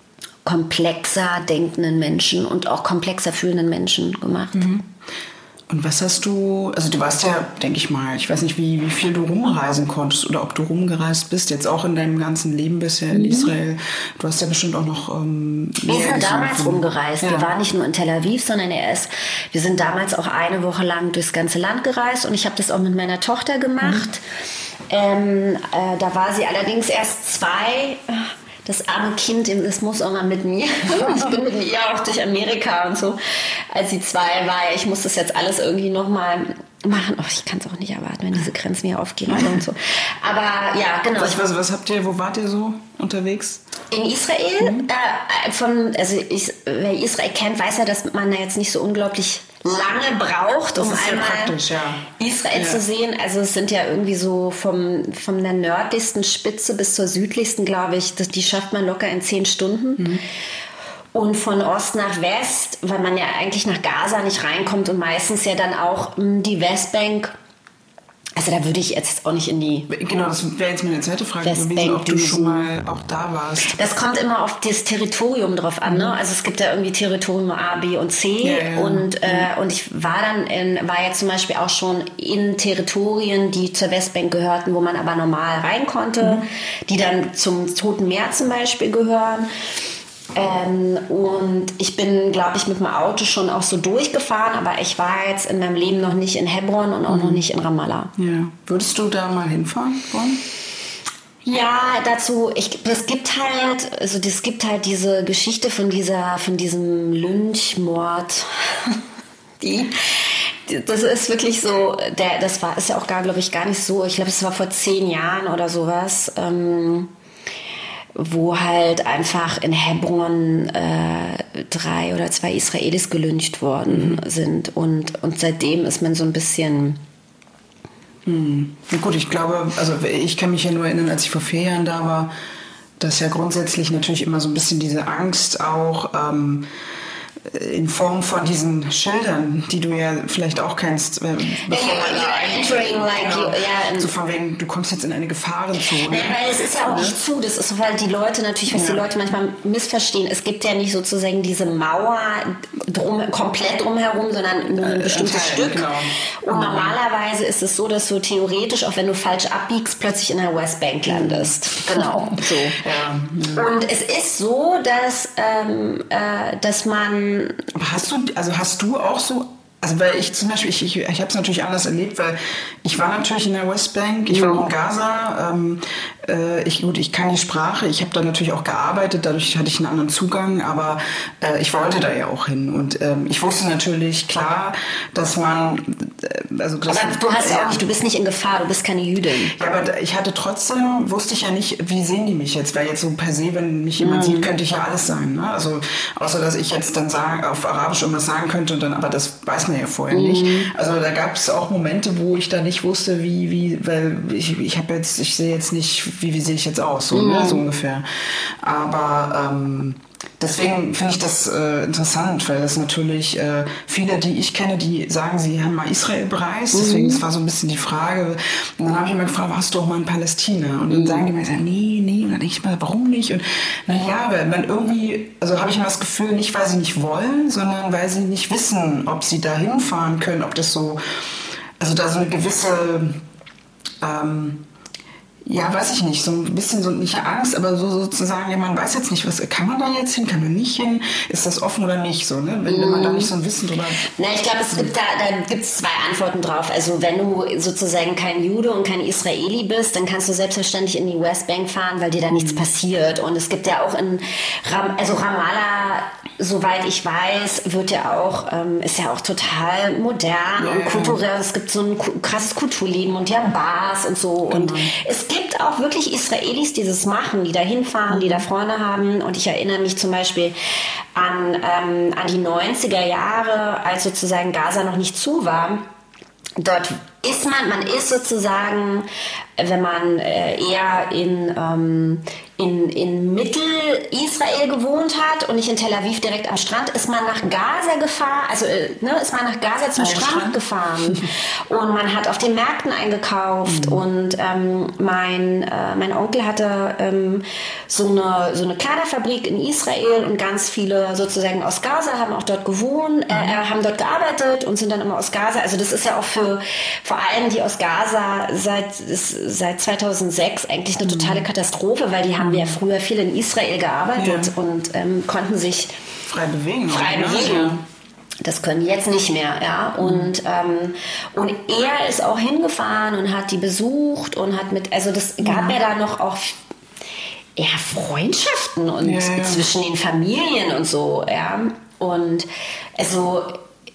komplexer denkenden Menschen und auch komplexer fühlenden Menschen gemacht. Mhm. Und was hast du, also du warst ja, denke ich mal, ich weiß nicht, wie, wie viel du rumreisen konntest oder ob du rumgereist bist, jetzt auch in deinem ganzen Leben bisher in mhm. Israel. Du hast ja bestimmt auch noch ähm, Wir sind damals von, rumgereist. Ja. Wir waren nicht nur in Tel Aviv, sondern erst, wir sind damals auch eine Woche lang durchs ganze Land gereist und ich habe das auch mit meiner Tochter gemacht. Mhm. Ähm, äh, da war sie allerdings erst zwei. Das arme Kind, das muss auch mal mit mir. Ich bin mit ihr auch durch Amerika und so. Als sie zwei war, ich muss das jetzt alles irgendwie nochmal machen. Oh, ich kann es auch nicht erwarten, wenn diese Grenzen hier aufgehen und so. Aber ja, genau. Was, was, was habt ihr, wo wart ihr so unterwegs? In Israel? Mhm. Äh, von, also ich, wer Israel kennt, weiß ja, dass man da jetzt nicht so unglaublich lange braucht, um einmal ja. Israel ja. zu sehen. Also es sind ja irgendwie so vom, von der nördlichsten Spitze bis zur südlichsten, glaube ich, das, die schafft man locker in zehn Stunden. Mhm. Und von Ost nach West, weil man ja eigentlich nach Gaza nicht reinkommt und meistens ja dann auch mh, die Westbank. Also da würde ich jetzt auch nicht in die... Genau, das wäre jetzt meine zweite Frage gewesen, ob du schon mal auch da warst. Das kommt immer auf das Territorium drauf an. Mhm. Ne? Also es gibt ja irgendwie Territorium A, B und C. Ja, ja. Und, äh, mhm. und ich war dann in, war jetzt zum Beispiel auch schon in Territorien, die zur Westbank gehörten, wo man aber normal rein konnte, mhm. die dann zum Toten Meer zum Beispiel gehören. Ähm, und ich bin, glaube ich, mit dem Auto schon auch so durchgefahren, aber ich war jetzt in meinem Leben noch nicht in Hebron und auch mhm. noch nicht in Ramallah. Ja. Würdest du da mal hinfahren wollen? Ja, dazu, ich, es gibt halt, also es gibt halt diese Geschichte von dieser, von diesem Lynchmord, die, das ist wirklich so, der, das war, ist ja auch gar, glaube ich, gar nicht so, ich glaube, es war vor zehn Jahren oder sowas, ähm, wo halt einfach in Hebron äh, drei oder zwei Israelis gelyncht worden mhm. sind. Und, und seitdem ist man so ein bisschen... Hm. Ja gut, ich glaube, also ich kann mich ja nur erinnern, als ich vor vier Jahren da war, dass ja grundsätzlich natürlich immer so ein bisschen diese Angst auch... Ähm, in Form von diesen Schildern, die du ja vielleicht auch kennst, äh, bevor man da eintritt, like genau, ja, so von wegen, du kommst jetzt in eine Gefahrenzone. Weil es ist ja auch nicht zu, das ist, weil die Leute natürlich, was ja. die Leute manchmal missverstehen, es gibt ja nicht sozusagen diese Mauer drum, komplett drumherum, sondern nur ein bestimmtes äh, Stück. Genau. Und normalerweise ist es so, dass du theoretisch, auch wenn du falsch abbiegst, plötzlich in der Westbank landest. Genau. So. Ja. Ja. Und es ist so, dass, ähm, äh, dass man Aber hast du, also hast du auch so, also weil ich zum Beispiel, ich, ich, ich habe es natürlich anders erlebt, weil ich war natürlich in der Westbank, ich war auch in Gaza, ähm, äh, ich, gut, ich kann die Sprache, ich habe da natürlich auch gearbeitet, dadurch hatte ich einen anderen Zugang, aber äh, ich wollte da ja auch hin und ähm, ich wusste natürlich klar, dass man, äh, also das, aber du hast ja auch nicht, du bist nicht in Gefahr, du bist keine Jüdin. Ja, aber ich hatte trotzdem, wusste ich ja nicht, wie sehen die mich jetzt, weil jetzt so per se, wenn mich jemand mhm. sieht, könnte ich ja alles sein, ne? Also außer dass ich jetzt dann sagen, auf Arabisch irgendwas sagen könnte und dann, aber das weiß man ja vorher mhm. nicht. Also da gab es auch Momente, wo ich da nicht wusste, wie, wie, weil ich, ich habe jetzt, ich sehe jetzt nicht, wie, wie sehe ich jetzt aus, so, mhm. ne, so ungefähr. Aber ähm, deswegen finde ich das äh, interessant, weil das natürlich äh, viele, die ich kenne, die sagen, sie haben mal Israel bereist, deswegen, mhm. das war so ein bisschen die Frage. Und dann habe ich immer gefragt, warst du auch mal in Palästina? Und dann mhm. sagen die mir, nee, nee, und dann denke ich mal, warum nicht? Und naja, weil man irgendwie, also habe ich immer das Gefühl, nicht weil sie nicht wollen, sondern weil sie nicht wissen, ob sie da hinfahren können, ob das so, also da so eine gewisse, ähm, ja, weiß ich nicht, so ein bisschen so nicht Angst, aber so sozusagen, ja, man weiß jetzt nicht, was kann man da jetzt hin, kann man nicht hin, ist das offen oder nicht so, ne? Wenn, mm. wenn man da nicht so ein Wissen drüber... Na, ich glaube, es gibt da, da gibt es zwei Antworten drauf. Also wenn du sozusagen kein Jude und kein Israeli bist, dann kannst du selbstverständlich in die Westbank fahren, weil dir da nichts passiert. Und es gibt ja auch in Ram, also Ramallah, soweit ich weiß, wird ja auch, ähm, ist ja auch total modern ja, und kulturell. Es gibt so ein krasses Kulturleben und die haben Bars und so. Genau. Und es gibt auch wirklich Israelis, die das machen, die da hinfahren, die da Freunde haben. Und ich erinnere mich zum Beispiel an, ähm, an die neunziger Jahre, als sozusagen Gaza noch nicht zu war. Dort ist man, man ist sozusagen, wenn man äh, eher in, ähm, in, in Mittel-Israel gewohnt hat und nicht in Tel Aviv direkt am Strand, ist man nach Gaza gefahren, also äh, ne, ist man nach Gaza zum Strand, Strand gefahren und man hat auf den Märkten eingekauft mhm. und ähm, mein, äh, mein Onkel hatte ähm, so eine, so eine Kleiderfabrik in Israel und ganz viele sozusagen aus Gaza haben auch dort gewohnt, äh, mhm. haben dort gearbeitet und sind dann immer aus Gaza, also das ist ja auch für vor allem die aus Gaza seit, seit zweitausendsechs eigentlich eine totale Katastrophe, weil die haben ja früher viel in Israel gearbeitet ja. und ähm, konnten sich frei bewegen. Frei bewegen. Ja. Das können die jetzt nicht mehr, ja. Und, ähm, und er ist auch hingefahren und hat die besucht und hat mit, also das gab ja, ja da noch auch eher Freundschaften und ja, ja. zwischen den Familien und so, ja. Und also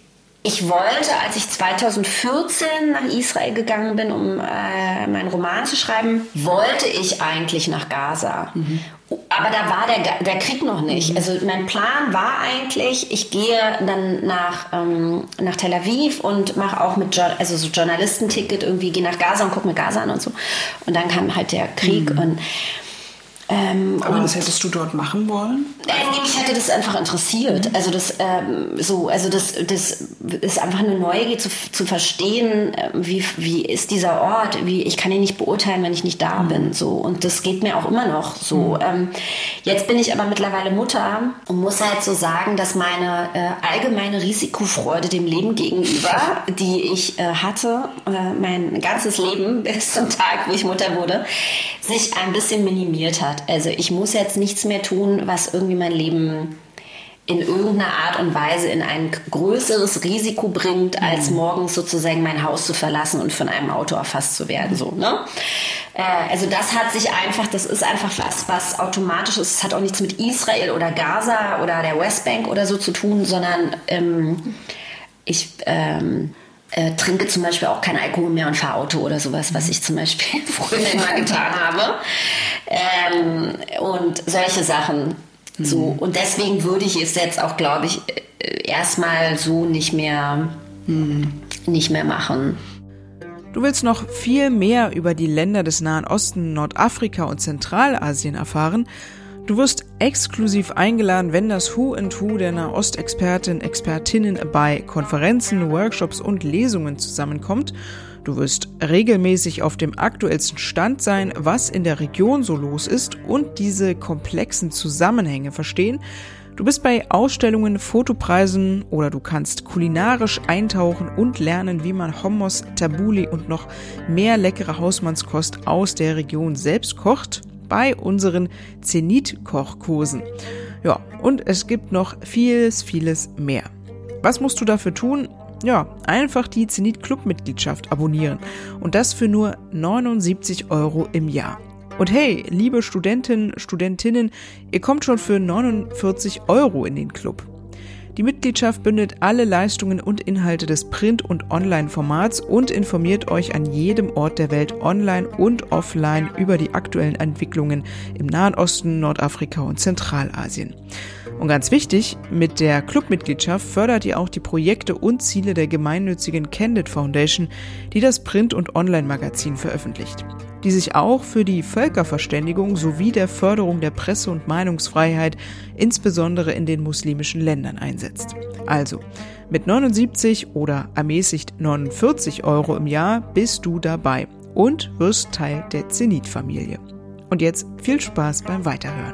ich wollte, als ich zweitausendvierzehn nach Israel gegangen bin, um äh, meinen Roman zu schreiben, wollte ich eigentlich nach Gaza. Mhm. Aber da war der, der Krieg noch nicht. Mhm. Also mein Plan war eigentlich, ich gehe dann nach, ähm, nach Tel Aviv und mache auch mit jo- also so Journalistenticket irgendwie, gehe nach Gaza und gucke mir Gaza an und so. Und dann kam halt der Krieg. Mhm. Und Ähm, Aber was hättest du dort machen wollen? Äh, mich hätte das einfach interessiert. Mhm. Also das ähm, so, also das, das ist einfach eine Neugier zu, zu verstehen, wie, wie ist dieser Ort, wie ich kann ihn nicht beurteilen, wenn ich nicht da mhm. bin. So. Und das geht mir auch immer noch so. Mhm. Ähm, jetzt bin ich aber mittlerweile Mutter und muss halt so sagen, dass meine äh, allgemeine Risikofreude dem Leben gegenüber, die ich äh, hatte, äh, mein ganzes Leben bis zum Tag, wo ich Mutter wurde, sich ein bisschen minimiert hat. Also ich muss jetzt nichts mehr tun, was irgendwie mein Leben in irgendeiner Art und Weise in ein größeres Risiko bringt, als mhm. morgens sozusagen mein Haus zu verlassen und von einem Auto erfasst zu werden. So, ne? Äh, also das hat sich einfach, das ist einfach was, was automatisch ist. Es hat auch nichts mit Israel oder Gaza oder der Westbank oder so zu tun, sondern ähm, ich... Ähm, Äh, trinke zum Beispiel auch kein Alkohol mehr und fahre Auto oder sowas, was ich zum Beispiel früher immer getan habe. Ähm, und solche Sachen. Mhm. So. Und deswegen würde ich es jetzt auch, glaube ich, erstmal so nicht mehr, mhm. nicht mehr machen. Du willst noch viel mehr über die Länder des Nahen Osten, Nordafrika und Zentralasien erfahren. Du wirst exklusiv eingeladen, wenn das Who and Who der Nahostexperten, Expertinnen bei Konferenzen, Workshops und Lesungen zusammenkommt. Du wirst regelmäßig auf dem aktuellsten Stand sein, was in der Region so los ist und diese komplexen Zusammenhänge verstehen. Du bist bei Ausstellungen, Fotopreisen oder du kannst kulinarisch eintauchen und lernen, wie man Hummus, Tabbouleh und noch mehr leckere Hausmannskost aus der Region selbst kocht. Bei unseren Zenit-Kochkursen. Ja, und es gibt noch vieles, vieles mehr. Was musst du dafür tun? Ja, einfach die Zenit-Club-Mitgliedschaft abonnieren. Und das für nur neunundsiebzig Euro im Jahr. Und hey, liebe Studentinnen, Studentinnen, ihr kommt schon für neunundvierzig Euro in den Club. Die Mitgliedschaft bündelt alle Leistungen und Inhalte des Print- und Online-Formats und informiert euch an jedem Ort der Welt online und offline über die aktuellen Entwicklungen im Nahen Osten, Nordafrika und Zentralasien. Und ganz wichtig, mit der Clubmitgliedschaft fördert ihr auch die Projekte und Ziele der gemeinnützigen Candid Foundation, die das Print- und Online-Magazin veröffentlicht, die sich auch für die Völkerverständigung sowie der Förderung der Presse- und Meinungsfreiheit, insbesondere in den muslimischen Ländern, einsetzt. Also, mit neunundsiebzig oder ermäßigt neunundvierzig Euro im Jahr bist du dabei und wirst Teil der Zenit-Familie. Und jetzt viel Spaß beim Weiterhören.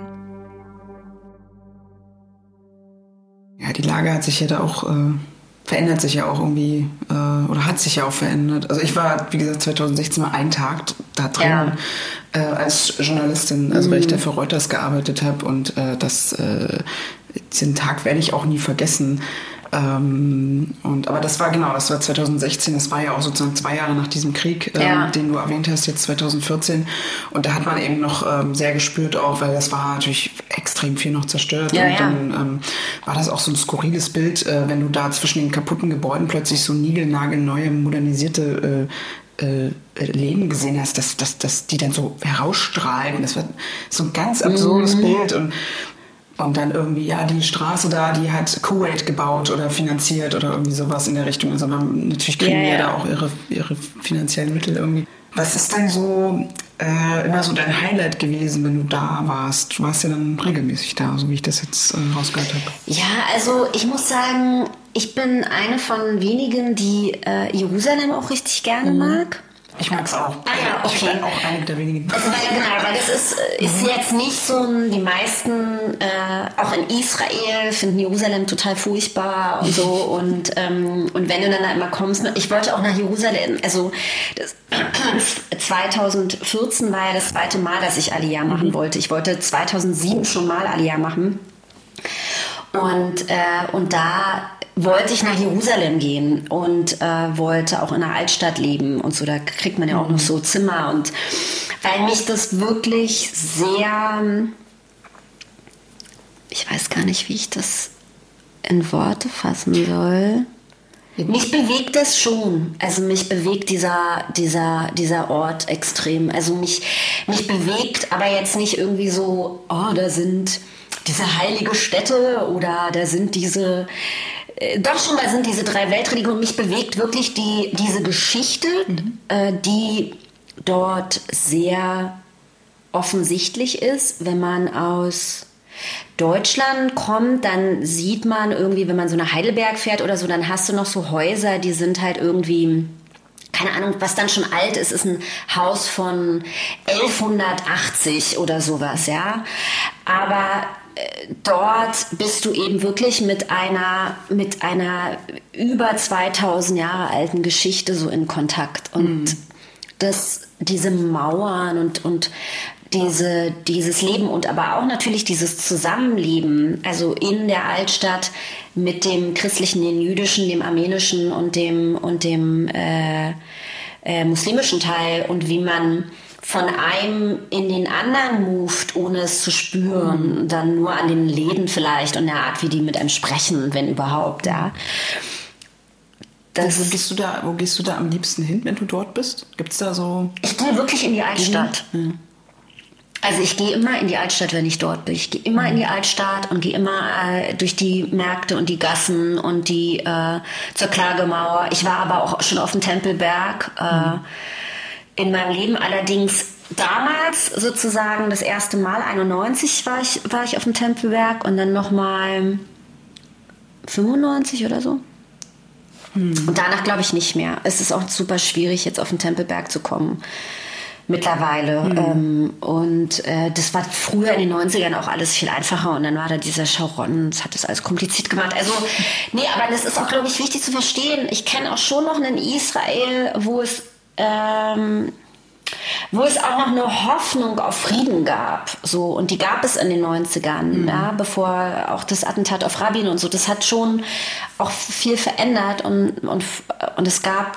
Ja, die Lage hat sich ja da auch... Äh verändert sich ja auch irgendwie, äh, oder hat sich ja auch verändert. Also ich war, wie gesagt, zweitausendsechzehn mal einen Tag da drin ja. äh, als Journalistin, also mhm. weil ich da für Reuters gearbeitet habe und äh, das, äh, den Tag werde ich auch nie vergessen. Ähm, und, aber das war genau, das war zweitausendsechzehn, das war ja auch sozusagen zwei Jahre nach diesem Krieg, ähm, ja. den du erwähnt hast, jetzt zweitausendvierzehn. Und da hat man eben noch ähm, sehr gespürt auch, weil das war natürlich extrem viel noch zerstört. Ja, und ja. dann ähm, war das auch so ein skurriles Bild, äh, wenn du da zwischen den kaputten Gebäuden plötzlich so niegelnagelneue, modernisierte äh, äh, Läden gesehen hast, dass, dass, dass die dann so herausstrahlen. Das war so ein ganz absurdes mhm. Bild. Und Und dann irgendwie, ja, die Straße da, die hat Kuwait gebaut oder finanziert oder irgendwie sowas in der Richtung. Also man, natürlich kriegen yeah, ja da auch ihre, ihre finanziellen Mittel irgendwie. Was ist denn so äh, immer so dein Highlight gewesen, wenn du da warst? Du warst ja dann regelmäßig da, so wie ich das jetzt äh, rausgehört habe. Ja, also ich muss sagen, ich bin eine von wenigen, die äh, Jerusalem auch richtig gerne mhm. mag. Ich mag es auch. Ah ja, okay. Ich bin auch eine der wenigen. Also, weil, genau, weil das ist, ist mhm. jetzt nicht so, die meisten, äh, auch in Israel, finden Jerusalem total furchtbar und so. Und, ähm, und wenn du dann da immer kommst, ich wollte auch nach Jerusalem, also das, zweitausendvierzehn war ja das zweite Mal, dass ich Aliyah machen mhm. wollte. Ich wollte zweitausendsieben schon mal Aliyah machen. Und, äh, und da wollte ich nach Jerusalem gehen und äh, wollte auch in der Altstadt leben und so, da kriegt man ja auch noch so Zimmer und weil mich das wirklich sehr, ich weiß gar nicht, wie ich das in Worte fassen soll. Mich bewegt das schon, also mich bewegt dieser, dieser, dieser Ort extrem, also mich, mich bewegt aber jetzt nicht irgendwie so, oh, da sind diese heilige Städte oder da sind diese Doch schon, da sind diese drei Weltreligionen. Mich bewegt wirklich die, diese Geschichte, mhm. äh, die dort sehr offensichtlich ist. Wenn man aus Deutschland kommt, dann sieht man irgendwie, wenn man so nach Heidelberg fährt oder so, dann hast du noch so Häuser, die sind halt irgendwie, keine Ahnung, was dann schon alt ist, ist ein Haus von elfhundertachtzig oder sowas, ja. Aber äh, dort bist du eben wirklich mit einer, mit einer über zweitausend Jahre alten Geschichte so in Kontakt. Und mhm. das, diese Mauern und, und Diese, dieses Leben und aber auch natürlich dieses Zusammenleben, also in der Altstadt mit dem christlichen, dem jüdischen, dem armenischen und dem, und dem äh, äh, muslimischen Teil und wie man von einem in den anderen moved, ohne es zu spüren, mhm. dann nur an den Läden vielleicht und der Art, wie die mit einem sprechen, wenn überhaupt, ja. Das, wo, gehst du da, wo gehst du da am liebsten hin, wenn du dort bist? Gibt's da so... Ich gehe wirklich in die Altstadt. Mhm. Also ich gehe immer in die Altstadt, wenn ich dort bin. Ich gehe immer in die Altstadt und gehe immer äh, durch die Märkte und die Gassen und die äh, zur Klagemauer. Ich war aber auch schon auf dem Tempelberg äh, mhm. in meinem Leben. Allerdings damals sozusagen das erste Mal, einundneunzig war ich, war ich auf dem Tempelberg und dann nochmal fünfundneunzig oder so. Mhm. Und danach glaube ich nicht mehr. Es ist auch super schwierig, jetzt auf den Tempelberg zu kommen. Mittlerweile. Mhm. Ähm, und äh, das war früher in den neunzigern auch alles viel einfacher und dann war da dieser Sharon, das hat das alles kompliziert gemacht. Also, nee, aber das ist auch, glaube ich, wichtig zu verstehen. Ich kenne auch schon noch einen Israel, wo es, ähm, wo es auch noch eine Hoffnung auf Frieden gab. So, und die gab es in den neunzigern, mhm. ja, bevor auch das Attentat auf Rabin und so. Das hat schon auch viel verändert und, und, und es gab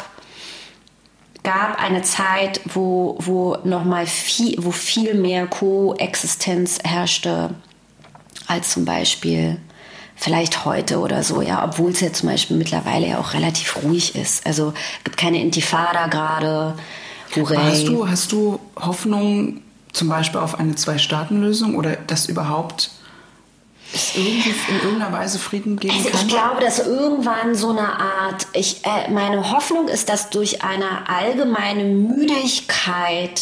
gab eine Zeit, wo, wo noch mal viel, wo viel mehr Koexistenz herrschte als zum Beispiel vielleicht heute oder so, ja, obwohl es ja zum Beispiel mittlerweile ja auch relativ ruhig ist. Also es gibt keine Intifada gerade. Hast du, hast du Hoffnung zum Beispiel auf eine Zwei-Staaten-Lösung oder dass überhaupt es irgendwie in irgendeiner Weise Frieden geben also kann? Ich glaube, dass irgendwann so eine Art, ich, äh, meine Hoffnung ist, dass durch eine allgemeine Müdigkeit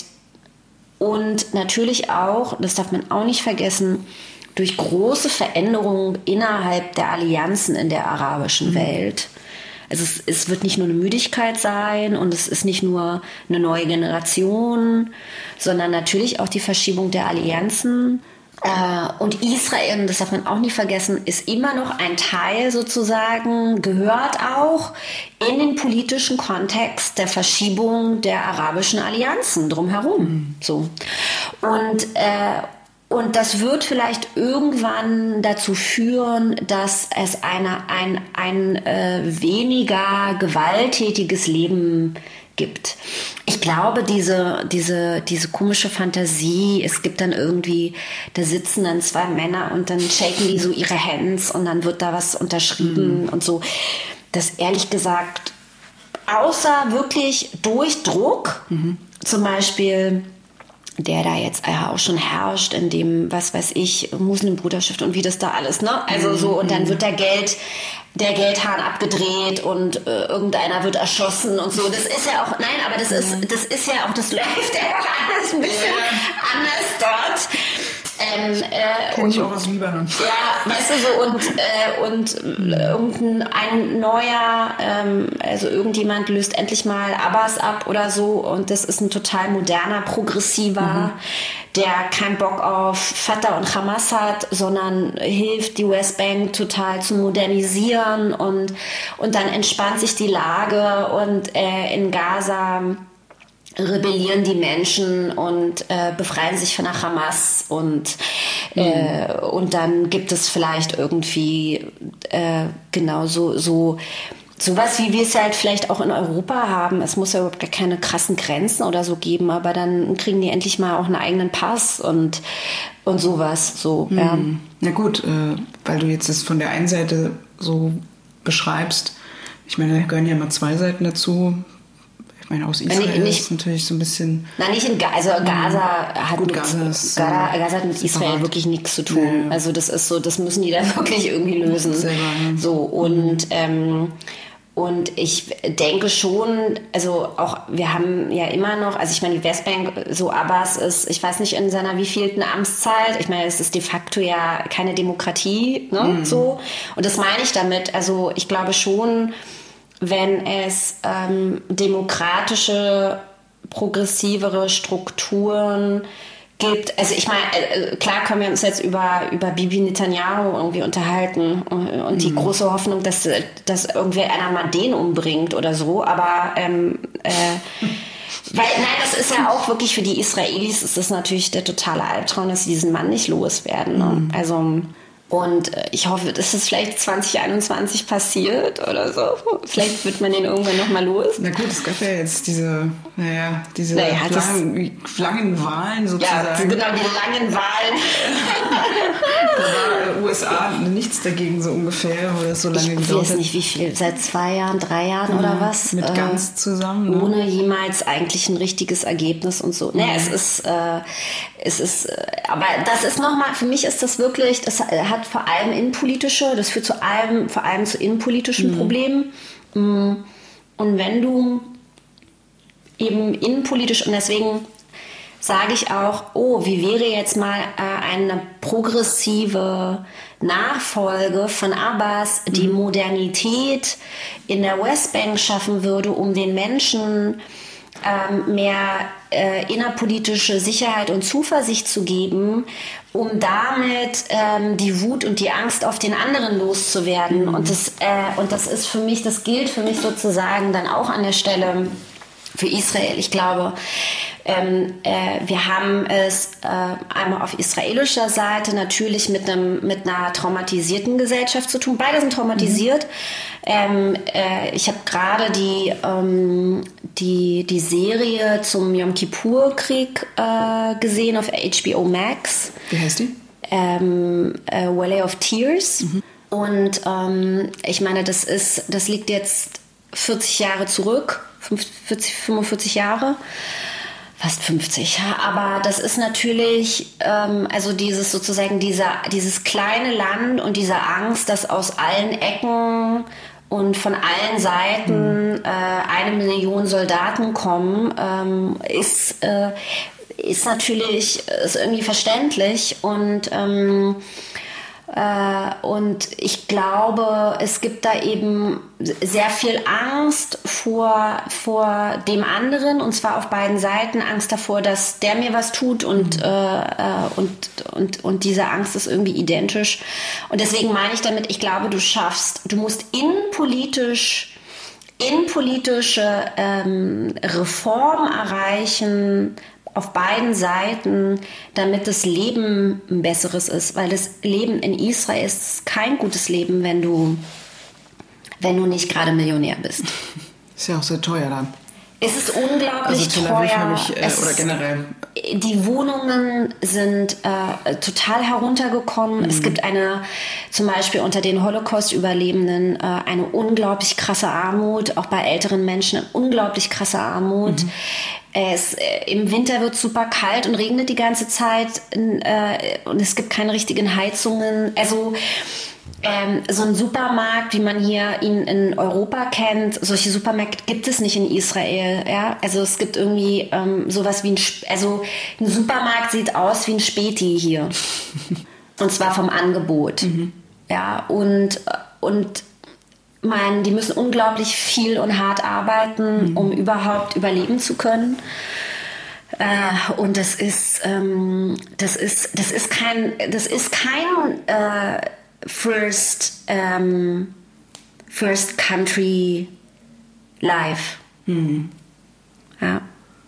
und natürlich auch, das darf man auch nicht vergessen, durch große Veränderungen innerhalb der Allianzen in der arabischen mhm. Welt. Also es, es wird nicht nur eine Müdigkeit sein und es ist nicht nur eine neue Generation, sondern natürlich auch die Verschiebung der Allianzen. Und Israel, das darf man auch nicht vergessen, ist immer noch ein Teil sozusagen, gehört auch in den politischen Kontext der Verschiebung der arabischen Allianzen drumherum. Mhm. So. Und, äh, und das wird vielleicht irgendwann dazu führen, dass es eine, ein, ein äh, weniger gewalttätiges Leben gibt. Ich glaube, diese, diese, diese komische Fantasie, es gibt dann irgendwie, da sitzen dann zwei Männer und dann shaken die so ihre Hands und dann wird da was unterschrieben mhm. und so. Das ehrlich gesagt, außer wirklich durch Druck, mhm. zum Beispiel, der da jetzt ja auch schon herrscht, in dem, was weiß ich, Muslimbruderschaft und wie das da alles, ne? Also so, und dann wird der Geld, der Geldhahn abgedreht und äh, irgendeiner wird erschossen und so. Das ist ja auch, nein, aber das ist, das ist ja auch, das läuft ja auch alles ein bisschen anders dort. Ähm, äh, Kenn ich auch aus Libanon. Ja, weißt du so, und, äh, und äh, irgendein ein neuer, ähm, also irgendjemand löst endlich mal Abbas ab oder so und das ist ein total moderner, progressiver, mhm. der keinen Bock auf Fatah und Hamas hat, sondern hilft, die Westbank total zu modernisieren und, und dann entspannt sich die Lage und äh, in Gaza rebellieren die Menschen und äh, befreien sich von der Hamas und, äh, mhm. und dann gibt es vielleicht irgendwie äh, genau so, so sowas, wie wir es ja halt vielleicht auch in Europa haben. Es muss ja überhaupt gar keine krassen Grenzen oder so geben, aber dann kriegen die endlich mal auch einen eigenen Pass und, und sowas. So, mhm. ja. Na gut, äh, weil du jetzt das von der einen Seite so beschreibst, ich meine, da gehören ja immer zwei Seiten dazu. Ich meine, aus Israel nicht, ist natürlich so ein bisschen... Nein, nicht in Gaza. Also Gaza hat, gut, mit, Gaza, ist, Gaza, Gaza hat mit Israel separat. Wirklich nichts zu tun. Ja. Also das ist so, das müssen die dann wirklich irgendwie lösen. Selber, ja. So, und, ähm, Und ich denke schon, also auch, wir haben ja immer noch, also ich meine, die Westbank, so Abbas ist, ich weiß nicht, in seiner wievielten Amtszeit, ich meine, es ist de facto ja keine Demokratie, ne, mhm. so. Und das meine ich damit, also ich glaube schon, wenn es ähm, demokratische, progressivere Strukturen gibt, also ich meine, klar können wir uns jetzt über, über Bibi Netanyahu irgendwie unterhalten und, und die mhm. große Hoffnung, dass, dass irgendwer einer mal den umbringt oder so, aber ähm, äh, weil, nein, das ist ja auch wirklich für die Israelis ist das natürlich der totale Albtraum, dass sie diesen Mann nicht loswerden. Ne? Mhm. Also und ich hoffe, dass es vielleicht zwanzig einundzwanzig passiert oder so. Vielleicht wird man den irgendwann nochmal los. Na gut, es gab ja jetzt diese, naja, diese naja, langen, langen Wahlen sozusagen. Ja, genau, die langen Wahlen. Da war U S A nichts dagegen so ungefähr, wo das so lange gedauert hat. Ich weiß nicht, wie viel, seit zwei Jahren, drei Jahren ja, oder was? Mit äh, ganz zusammen. Ne? Ohne jemals eigentlich ein richtiges Ergebnis und so. Mhm. Naja, es ist, äh, es ist, äh, aber das ist nochmal, für mich ist das wirklich, das hat vor allem innenpolitische, das führt zu allem, vor allem zu innenpolitischen mhm. Problemen. Und wenn du eben innenpolitisch, und deswegen sage ich auch, oh, wie wäre jetzt mal äh, eine progressive Nachfolge von Abbas, die mhm. Modernität in der Westbank schaffen würde, um den Menschen ähm, mehr äh, innerpolitische Sicherheit und Zuversicht zu geben, um damit ähm, die Wut und die Angst auf den anderen loszuwerden. Mhm. Und, das, äh, und das ist für mich, das gilt für mich sozusagen dann auch an der Stelle für Israel. Ich glaube, ähm, äh, wir haben es äh, einmal auf israelischer Seite natürlich mit, einem, mit einer traumatisierten Gesellschaft zu tun. Beide sind traumatisiert. Mhm. Ähm, äh, ich habe gerade die, ähm, die, die Serie zum Yom Kippur-Krieg äh, gesehen auf H B O Max. Wie heißt die? Ähm, äh, Valley of Tears. Mhm. Und ähm, ich meine, das ist, das liegt jetzt vierzig Jahre zurück, vierzig, fünfundvierzig Jahre, fast fünfzig. Aber das ist natürlich, ähm, also dieses sozusagen dieser, dieses kleine Land und diese Angst, dass aus allen Ecken und von allen Seiten mhm. äh, eine Million Soldaten kommen, ähm, ist, äh, ist natürlich ist irgendwie verständlich und ähm, äh, und ich glaube, es gibt da eben sehr viel Angst vor, vor dem anderen, und zwar auf beiden Seiten. Angst davor, dass der mir was tut, und, mhm. äh, und, und, und diese Angst ist irgendwie identisch. Und deswegen meine ich damit, ich glaube, du schaffst, du musst innenpolitisch, innenpolitische ähm, Reform erreichen, auf beiden Seiten, damit das Leben ein besseres ist. Weil das Leben in Israel ist kein gutes Leben, wenn du, wenn du nicht gerade Millionär bist. Ist ja auch sehr teuer dann. Es ist unglaublich also Tel Aviv teuer. Habe ich, äh, oder generell. Die Wohnungen sind äh, total heruntergekommen. Mhm. Es gibt eine, zum Beispiel unter den Holocaust-Überlebenden, äh, eine unglaublich krasse Armut, auch bei älteren Menschen eine unglaublich krasse Armut. Mhm. Es, äh, im Winter wird es super kalt und regnet die ganze Zeit, äh, und es gibt keine richtigen Heizungen. Also ähm, so ein Supermarkt, wie man hier ihn in Europa kennt, solche Supermärkte gibt es nicht in Israel. Ja? Also es gibt irgendwie ähm, sowas wie ein, also ein Supermarkt sieht aus wie ein Späti hier. Und zwar vom Angebot. Mhm. Ja, und, und mein, die müssen unglaublich viel und hart arbeiten, mhm. um überhaupt überleben zu können. Äh, und das ist, ähm, das ist, das ist kein, das ist kein äh, First, ähm, First Country Life. Mhm. Ja.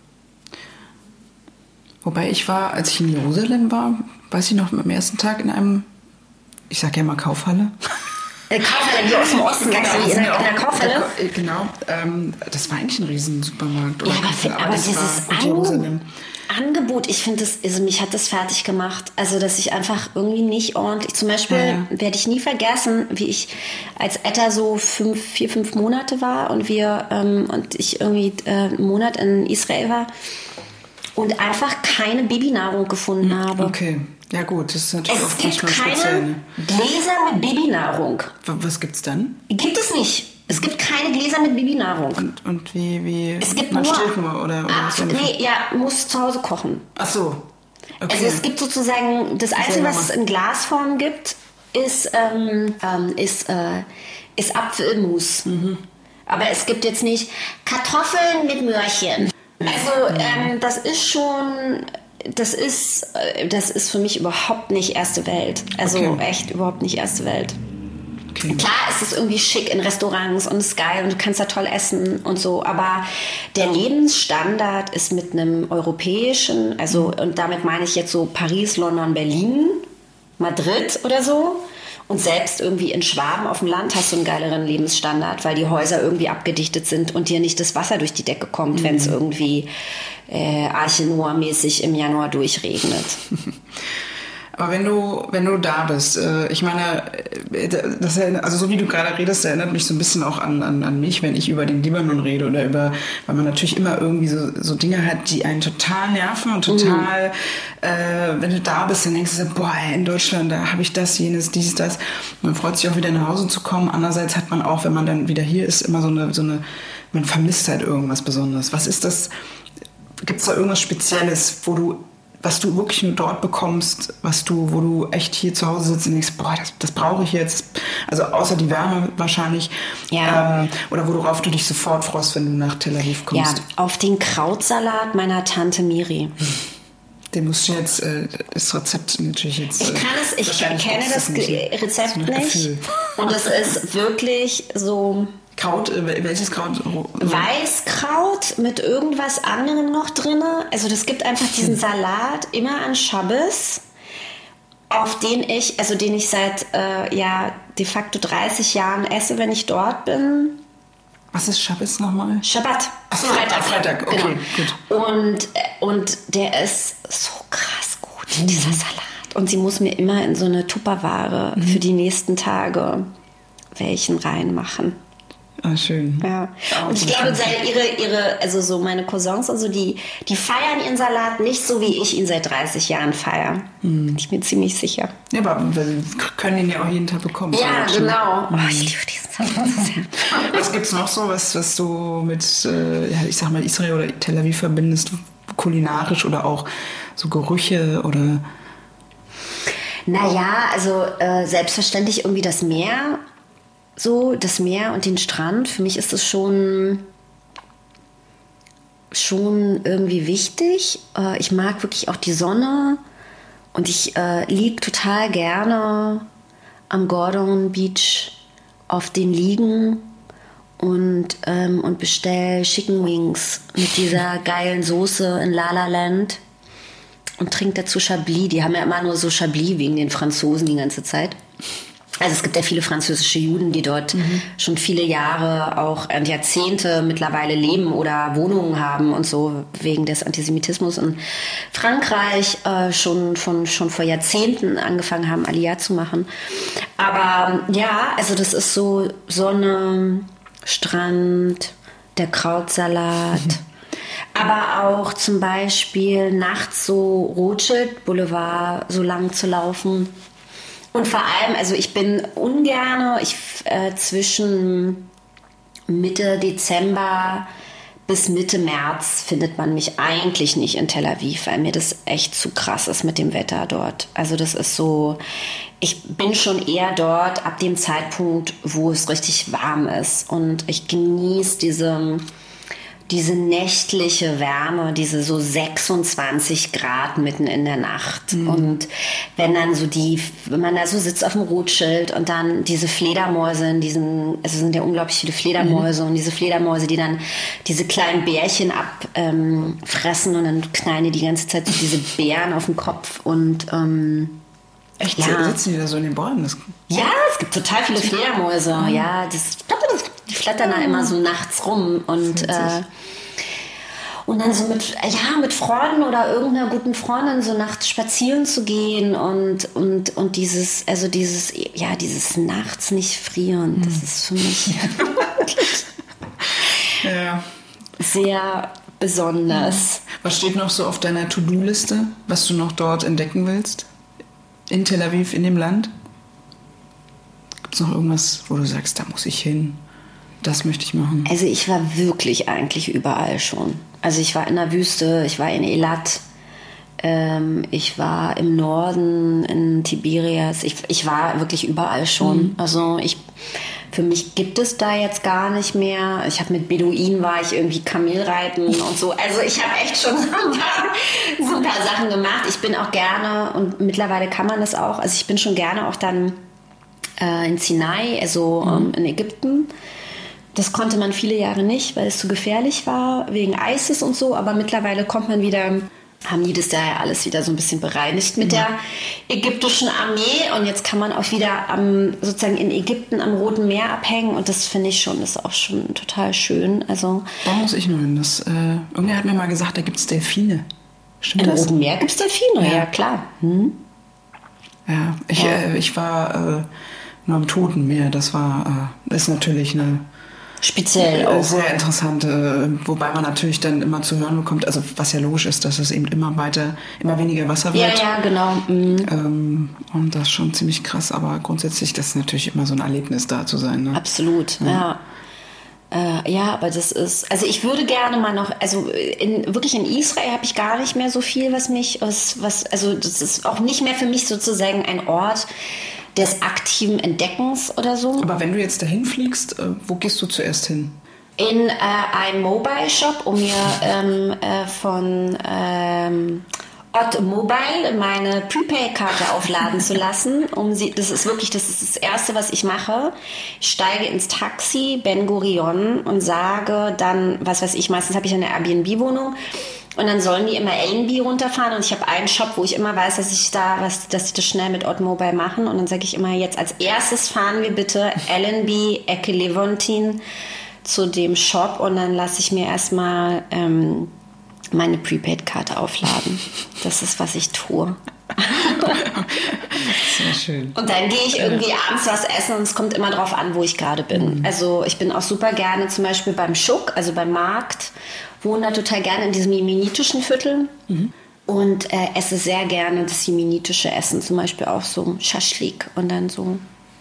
Wobei ich war, als ich in Jerusalem war, weiß ich noch, am ersten Tag in einem, ich sag ja mal Kaufhalle. Kaufhalle, hier aus dem Osten, genau, in, in der Kaufhalle. Genau, ähm, das war eigentlich ein riesen Supermarkt. Oder ja, aber, aber, aber dieses An- Angebot, ich finde, also mich hat das fertig gemacht. Also, dass ich einfach irgendwie nicht ordentlich, zum Beispiel, ja, ja. werde ich nie vergessen, wie ich als Etta so fünf, vier, fünf Monate war und wir, ähm, und ich irgendwie äh, einen Monat in Israel war und einfach keine Babynahrung gefunden habe. Okay. Ja gut, das ist natürlich es auch gibt manchmal keine speziell. Gläser mit Babynahrung. Was gibt's dann? Gibt es nicht. Es gibt keine Gläser mit Babynahrung. Und, und wie, wie es gibt man nur, stillt nur oder, oder ah, nee, ja, muss zu Hause kochen. Ach so. Okay. Also es gibt sozusagen, das Einzige, was es in Glasform gibt, ist, ähm, ähm, ist, äh, ist Apfelmus. Mhm. Aber es gibt jetzt nicht Kartoffeln mit Möhrchen. Also ähm, das ist schon, das ist, das ist für mich überhaupt nicht erste Welt. Also okay. echt überhaupt nicht erste Welt. Okay. Klar ist es irgendwie schick in Restaurants und ist geil und du kannst da toll essen und so, aber der Lebensstandard ist mit einem europäischen, also und damit meine ich jetzt so Paris, London, Berlin, Madrid oder so. Und selbst irgendwie in Schwaben auf dem Land hast du einen geileren Lebensstandard, weil die Häuser irgendwie abgedichtet sind und dir nicht das Wasser durch die Decke kommt, mhm. wenn es irgendwie äh, Arche Noah-mäßig im Januar durchregnet. Aber wenn du, wenn du da bist, äh, ich meine, das erinnert, also so wie du gerade redest, erinnert mich so ein bisschen auch an, an, an mich, wenn ich über den Libanon rede oder über, weil man natürlich immer irgendwie so, so Dinge hat, die einen total nerven und total, mm. äh, wenn du da bist, dann denkst du so, boah, in Deutschland, da habe ich das, jenes, dies, das. Man freut sich auch wieder nach Hause zu kommen. Andererseits hat man auch, wenn man dann wieder hier ist, immer so eine, so eine, man vermisst halt irgendwas Besonderes. Was ist das? Gibt es da irgendwas Spezielles, wo du was du wirklich nur dort bekommst, was du, wo du echt hier zu Hause sitzt und denkst, boah, das, das brauche ich jetzt. Also außer die Wärme wahrscheinlich. Ja. Ähm, oder worauf du dich sofort freust, wenn du nach Tel Aviv kommst. Ja, auf den Krautsalat meiner Tante Miri. Den musst du jetzt, äh, das Rezept natürlich jetzt... Ich kann es, ich kenne das Rezept so nicht. Gefühl. Und es ist wirklich so... Kraut, welches Kraut? Weißkraut mit irgendwas anderem noch drin. Also das gibt einfach diesen Salat immer an Schabbos, auf den ich, also den ich seit äh, ja de facto dreißig Jahren esse, wenn ich dort bin. Was ist Schabbos nochmal? Schabbat. Ach, Freitag. Freitag, okay, genau. gut. Und, und der ist so krass gut, mhm. dieser Salat. Und sie muss mir immer in so eine Tupperware mhm. für die nächsten Tage welchen reinmachen. Ah, schön. Ja. Und ich glaube, ihre, ihre, also so meine Cousins und so, die, die feiern ihren Salat nicht so, wie ich ihn seit dreißig Jahren feiere. Hm. Ich bin ziemlich sicher. Ja, aber wir können ihn ja auch jeden Tag bekommen. Ja, genau. Oh, ich liebe diesen Salat sehr. Was gibt's noch so, was, was du mit, äh, ja, ich sag mal, Israel oder Tel Aviv verbindest, kulinarisch oder auch so Gerüche oder? Naja, also äh, selbstverständlich irgendwie das Meer. So, das Meer und den Strand, für mich ist das schon, schon irgendwie wichtig. Äh, ich mag wirklich auch die Sonne und ich äh, liege total gerne am Gordon Beach auf den Liegen und, ähm, und bestelle Chicken Wings mit dieser geilen Soße in La La Land und trinke dazu Chablis. Die haben ja immer nur so Chablis wegen den Franzosen die ganze Zeit. Also es gibt ja viele französische Juden, die dort mhm. schon viele Jahre, auch Jahrzehnte mittlerweile leben oder Wohnungen haben und so wegen des Antisemitismus in Frankreich äh, schon, von, schon vor Jahrzehnten angefangen haben, Aliyah zu machen. Aber ja, also das ist so Sonne, Strand, der Krautsalat, mhm. aber auch zum Beispiel nachts so Rothschild Boulevard so lang zu laufen. Und vor allem, also ich bin ungerne, ich äh, zwischen Mitte Dezember bis Mitte März findet man mich eigentlich nicht in Tel Aviv, weil mir das echt zu krass ist mit dem Wetter dort. Also das ist so, ich bin schon eher dort ab dem Zeitpunkt, wo es richtig warm ist. Und ich genieße diese... diese nächtliche Wärme, diese so sechsundzwanzig Grad mitten in der Nacht. Mhm. Und wenn dann so die, wenn man da so sitzt auf dem Rothschild und dann diese Fledermäuse in diesen, also es sind ja unglaublich viele Fledermäuse mhm. und diese Fledermäuse, die dann diese kleinen Bärchen abfressen ähm, und dann knallen die die ganze Zeit so diese Bären auf den Kopf und ähm, echt, ja. Sitzen die da so in den Bäumen? Das ja, es gibt total viele Fledermäuse. Mhm. Ja, das, die flattern da immer so nachts rum und äh, und dann so mit ja mit Freunden oder irgendeiner guten Freundin so nachts spazieren zu gehen und und und dieses also dieses ja dieses nachts nicht frieren, mhm. das ist für mich ja. sehr besonders. Was steht noch so auf deiner To-Do-Liste, was du noch dort entdecken willst? In Tel Aviv, in dem Land? Gibt es noch irgendwas, wo du sagst, da muss ich hin? Das möchte ich machen. Also ich war wirklich eigentlich überall schon. Also ich war in der Wüste, ich war in Eilat, ähm, ich war im Norden, in Tiberias. Ich, ich war wirklich überall schon. Mhm. Also ich, für mich gibt es da jetzt gar nicht mehr. Ich habe mit Beduinen war ich irgendwie Kamelreiten und so. Also ich habe echt schon so ein, paar, so ein paar Sachen gemacht. Ich bin auch gerne, und mittlerweile kann man das auch, also ich bin schon gerne auch dann äh, in Sinai, also mhm. ähm, in Ägypten. Das konnte man viele Jahre nicht, weil es zu gefährlich war, wegen ISIS und so. Aber mittlerweile kommt man wieder, haben die das ja alles wieder so ein bisschen bereinigt mit ja. der ägyptischen Armee. Und jetzt kann man auch wieder am, sozusagen in Ägypten am Roten Meer abhängen. Und das finde ich schon, das ist auch schon total schön. Also, da muss ich nur hin. Das, äh, irgendwer hat mir mal gesagt, da gibt es Delfine. Stimmt Im das? Roten Meer gibt es Delfine, ja, ja klar. Hm? Ja, ich, ja. Äh, ich war äh, nur am Toten Meer. Das war, äh, ist natürlich eine... Speziell auch. Sehr interessant, wobei man natürlich dann immer zu hören bekommt, also was ja logisch ist, dass es eben immer weiter, immer weniger Wasser wird. Ja, ja, genau. Mhm. Ähm, und das ist schon ziemlich krass, aber grundsätzlich, das ist natürlich immer so ein Erlebnis, da zu sein. Ne? Absolut, ja. Ja. Äh, ja, aber das ist, also ich würde gerne mal noch, also in, wirklich in Israel habe ich gar nicht mehr so viel, was mich, was, was, also das ist auch nicht mehr für mich sozusagen ein Ort des aktiven Entdeckens oder so. Aber wenn du jetzt dahin fliegst, wo gehst du zuerst hin? In äh, einen Mobile Shop, um mir ähm, äh, von ähm, Ott Mobile meine Prepaid-Karte aufladen zu lassen. Um sie, das ist wirklich, das ist das Erste, was ich mache. Ich steige ins Taxi Ben Gurion und sage dann, was weiß ich, meistens habe ich eine Airbnb-Wohnung. Und dann sollen die immer Allenby runterfahren und ich habe einen Shop, wo ich immer weiß, dass ich da was, dass sie das schnell mit Ott Mobile machen. Und dann sage ich immer, jetzt als erstes fahren wir bitte Allenby, Ecke Levontin zu dem Shop und dann lasse ich mir erstmal ähm, meine Prepaid-Karte aufladen. Das ist, was ich tue. Sehr schön. Und dann gehe ich irgendwie abends was essen und es kommt immer drauf an, wo ich gerade bin. Mhm. Also ich bin auch super gerne zum Beispiel beim Schuk, also beim Markt, wohne da total gerne in diesem jemenitischen Viertel mhm. und äh, esse sehr gerne das jemenitische Essen, zum Beispiel auch so Schaschlik und dann so.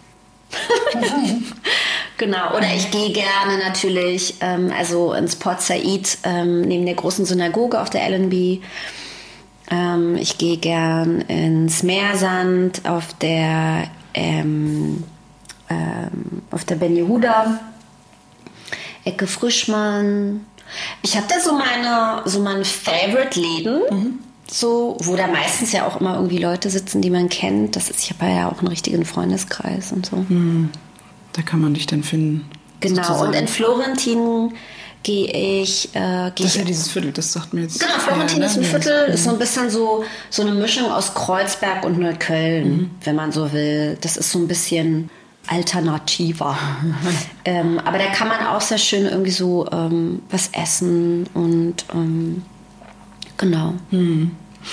Genau, oder ich gehe gerne natürlich ähm, also ins Port Said ähm, neben der großen Synagoge auf der Allenby. Ähm, ich gehe gern ins Meersand auf der ähm, ähm, auf der Ben Yehuda, Ecke Frischmann. Ich habe da so meine, so meine Favorite-Läden, mhm. so, wo da meistens ja auch immer irgendwie Leute sitzen, die man kennt. Das ist, ich habe ja auch einen richtigen Freundeskreis und so. Mhm. Da kann man dich dann finden. Genau, sozusagen. Und in Florentin gehe ich... Äh, geh das ist ich, ja dieses Viertel, das sagt mir jetzt... Genau, Florentin ja, ist ein Viertel, mhm. ist so ein bisschen so, so eine Mischung aus Kreuzberg und Neukölln, mhm. wenn man so will. Das ist so ein bisschen... alternativer. ähm, aber da kann man auch sehr schön irgendwie so ähm, was essen und ähm, genau. Hm.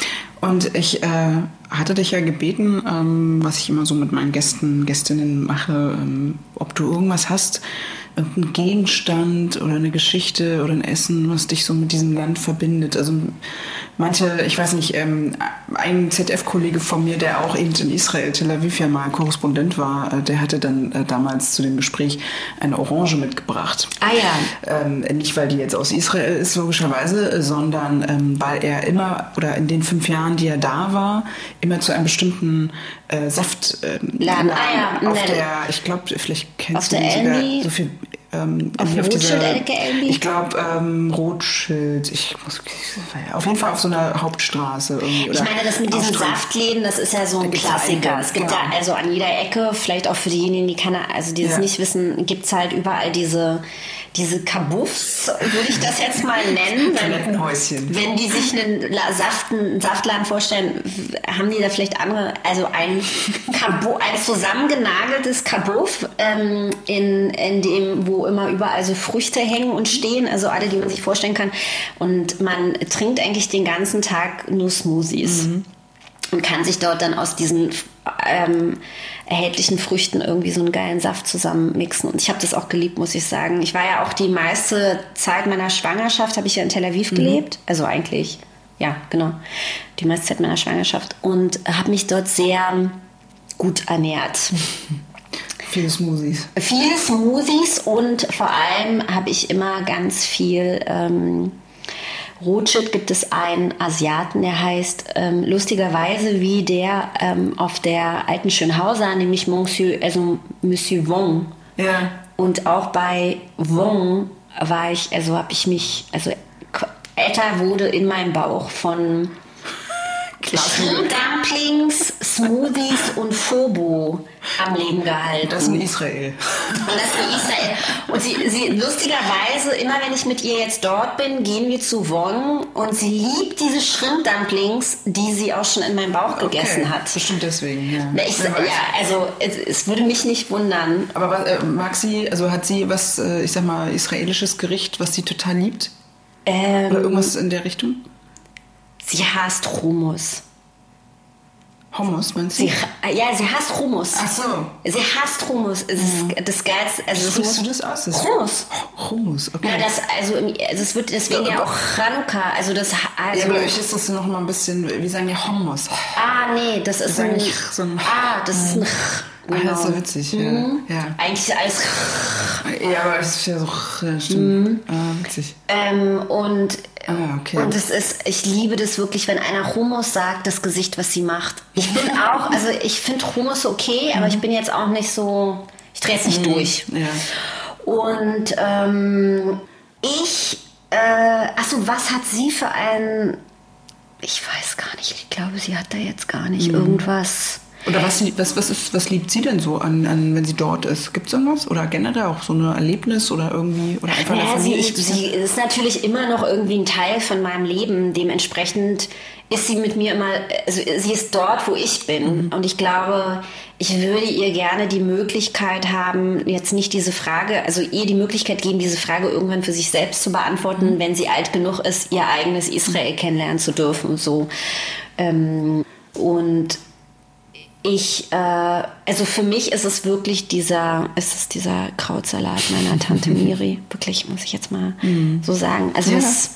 Und ich äh, hatte dich ja gebeten, ähm, was ich immer so mit meinen Gästen, Gästinnen mache, ähm, ob du irgendwas hast, irgendein Gegenstand oder eine Geschichte oder ein Essen, was dich so mit diesem Land verbindet. Also manche, ich weiß nicht, ähm, ein Z D F-Kollege von mir, der auch eben in Israel, Tel Aviv ja mal Korrespondent war, äh, der hatte dann äh, damals zu dem Gespräch eine Orange mitgebracht. Ah ja. Ähm, nicht, weil die jetzt aus Israel ist, logischerweise, äh, sondern ähm, weil er immer, oder in den fünf Jahren, die er da war, immer zu einem bestimmten äh, Saft äh, Laden, ah, ja. auf nee, der, ich glaube, vielleicht kennst du den sogar, so viel ähm, auf, auf dieser, ich glaube ähm, Rothschild, ich muss auf jeden Fall auf so einer Hauptstraße irgendwie. Oder ich meine, das mit diesen Saftläden, das ist ja so ein Klassiker. Es gibt ja genau. also an jeder Ecke, vielleicht auch für diejenigen, die keine, also die es ja. nicht wissen, gibt es halt überall diese diese Kabuffs, würde ich das jetzt mal nennen. Toilettenhäuschen. Wenn die sich einen Saft, einen Saftladen vorstellen, haben die da vielleicht andere, also ein, Kabo, ein zusammengenageltes Kabuff, ähm, in, in dem, wo immer überall so Früchte hängen und stehen, also alle, die man sich vorstellen kann. Und man trinkt eigentlich den ganzen Tag nur Smoothies. Mhm. Und kann sich dort dann aus diesen ähm, erhältlichen Früchten irgendwie so einen geilen Saft zusammenmixen. Und ich habe das auch geliebt, muss ich sagen. Ich war ja auch die meiste Zeit meiner Schwangerschaft, habe ich ja in Tel Aviv mhm. gelebt. Also eigentlich, ja, genau, die meiste Zeit meiner Schwangerschaft. Und habe mich dort sehr gut ernährt. Viele Smoothies. Viele Smoothies und vor allem habe ich immer ganz viel ähm, Rothschild. Gibt es einen Asiaten, der heißt ähm, lustigerweise wie der ähm, auf der alten Schönhauser, nämlich Monsieur, also Monsieur Wong. Ja. Und auch bei Wong war ich, also habe ich mich, also älter wurde in meinem Bauch von Dumplings, Smoothies und Phobo am Leben gehalten. Das ist in Israel. Und das ist in Israel. Und sie, sie, lustigerweise, immer wenn ich mit ihr jetzt dort bin, gehen wir zu Wong und sie liebt diese Shrimp-Dumplings, die sie auch schon in meinem Bauch gegessen okay. hat. Bestimmt deswegen, ja. Ich, ja, also es, es würde mich nicht wundern. Aber was, äh, mag sie, also hat sie was, äh, ich sag mal, israelisches Gericht, was sie total liebt? Ähm, Oder irgendwas in der Richtung? Sie hasst Hummus. Hummus, meinst du? Sie, ja, sie hasst Hummus. Ach so. Sie hasst Hummus. Es ist Mhm. das Geilste. Also Wie es sprichst muss, du das aus? Das Hummus. Hummus, okay. Ja, das, also, also es wird deswegen ja, ja auch Chanukka. Also das, also ja, aber euch ist das noch mal ein bisschen, wie sagen die Hummus? Ah, nee, das ist ein, ein, so ein... Ah, das ist ein... Genau. Ah, das ist so witzig, mhm. ja. ja. Eigentlich ist alles... Ja, aber es ist ja so... Ja, stimmt. Mhm. Ah, witzig. Ähm, und... Ah, okay. Und es ist, ich liebe das wirklich, wenn einer Hummus sagt, das Gesicht, was sie macht. Ich bin auch, also ich finde Hummus okay, aber ich bin jetzt auch nicht so, ich drehe es nicht mhm. durch. Ja. Und ähm, ich, äh, achso, was hat sie für ein, ich weiß gar nicht, ich glaube, sie hat da jetzt gar nicht mhm. irgendwas... Oder was, was, was, ist, was liebt sie denn so an, an, wenn sie dort ist? Gibt es irgendwas? Oder generell auch so ein Erlebnis oder irgendwie? Oder einfach ja, eine sie, ich, sie ist natürlich immer noch irgendwie ein Teil von meinem Leben. Dementsprechend ist sie mit mir immer, also sie ist dort, wo ich bin. Mhm. Und ich glaube, ich würde ihr gerne die Möglichkeit haben, jetzt nicht diese Frage, also ihr die Möglichkeit geben, diese Frage irgendwann für sich selbst zu beantworten, mhm. wenn sie alt genug ist, ihr eigenes Israel mhm. kennenlernen zu dürfen. So. Ähm, und Ich, äh, also für mich ist es wirklich dieser, ist es dieser Krautsalat meiner Tante Miri. Wirklich, muss ich jetzt mal mm. so sagen. Also ja. es,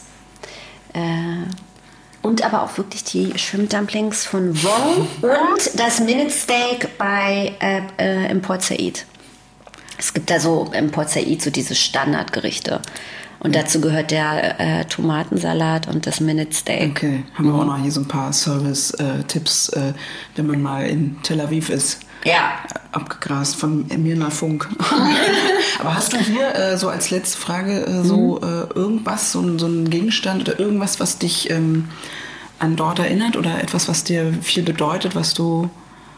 äh, und aber auch wirklich die Shrimp-Dumplings von Wong und das Minute Steak bei äh, äh, im Port Said. Es gibt da so im Port Said so diese Standardgerichte. Und dazu gehört der äh, Tomatensalat und das Minute Steak. Okay, haben wir auch noch hier so ein paar Service-Tipps, äh, wenn man mal in Tel Aviv ist. Ja. Abgegrast von Mirna Funk. Aber hast du hier äh, so als letzte Frage äh, so äh, irgendwas, so, so ein Gegenstand oder irgendwas, was dich ähm, an dort erinnert oder etwas, was dir viel bedeutet, was du...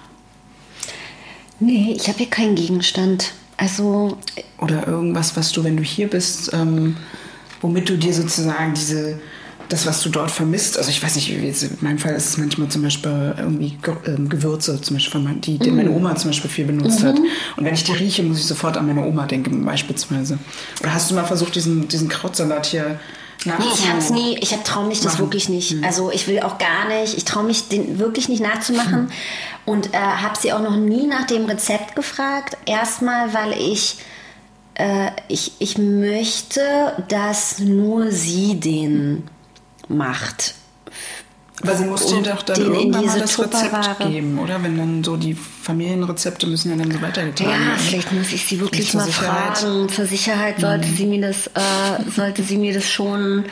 Nee, ich habe hier keinen Gegenstand. Also... Oder irgendwas, was du, wenn du hier bist, ähm, womit du dir sozusagen diese, das, was du dort vermisst, also ich weiß nicht, jetzt in meinem Fall ist es manchmal zum Beispiel irgendwie Gewürze, zum Beispiel, die, die mm. meine Oma zum Beispiel viel benutzt mm-hmm. hat. Und wenn ich die rieche, muss ich sofort an meine Oma denken, beispielsweise. Oder hast du mal versucht, diesen, diesen Krautsalat hier nachzumachen? Nee, ich hab's nie, ich hab, trau mich das machen. wirklich nicht. Mhm. Also ich will auch gar nicht, ich traue mich den wirklich nicht nachzumachen. Mhm. Und äh, habe sie auch noch nie nach dem Rezept gefragt. Erstmal, weil ich, äh, ich, ich möchte, dass nur sie den macht. Aber sie muss dir doch dann irgendwann mal das Rezept geben, oder? Wenn dann so die Familienrezepte müssen ja dann so weitergetragen werden. Ja, vielleicht muss ich sie wirklich mal Sicherheit. fragen. Zur Sicherheit sollte mhm. sie mir das, äh, sollte sie mir das schon...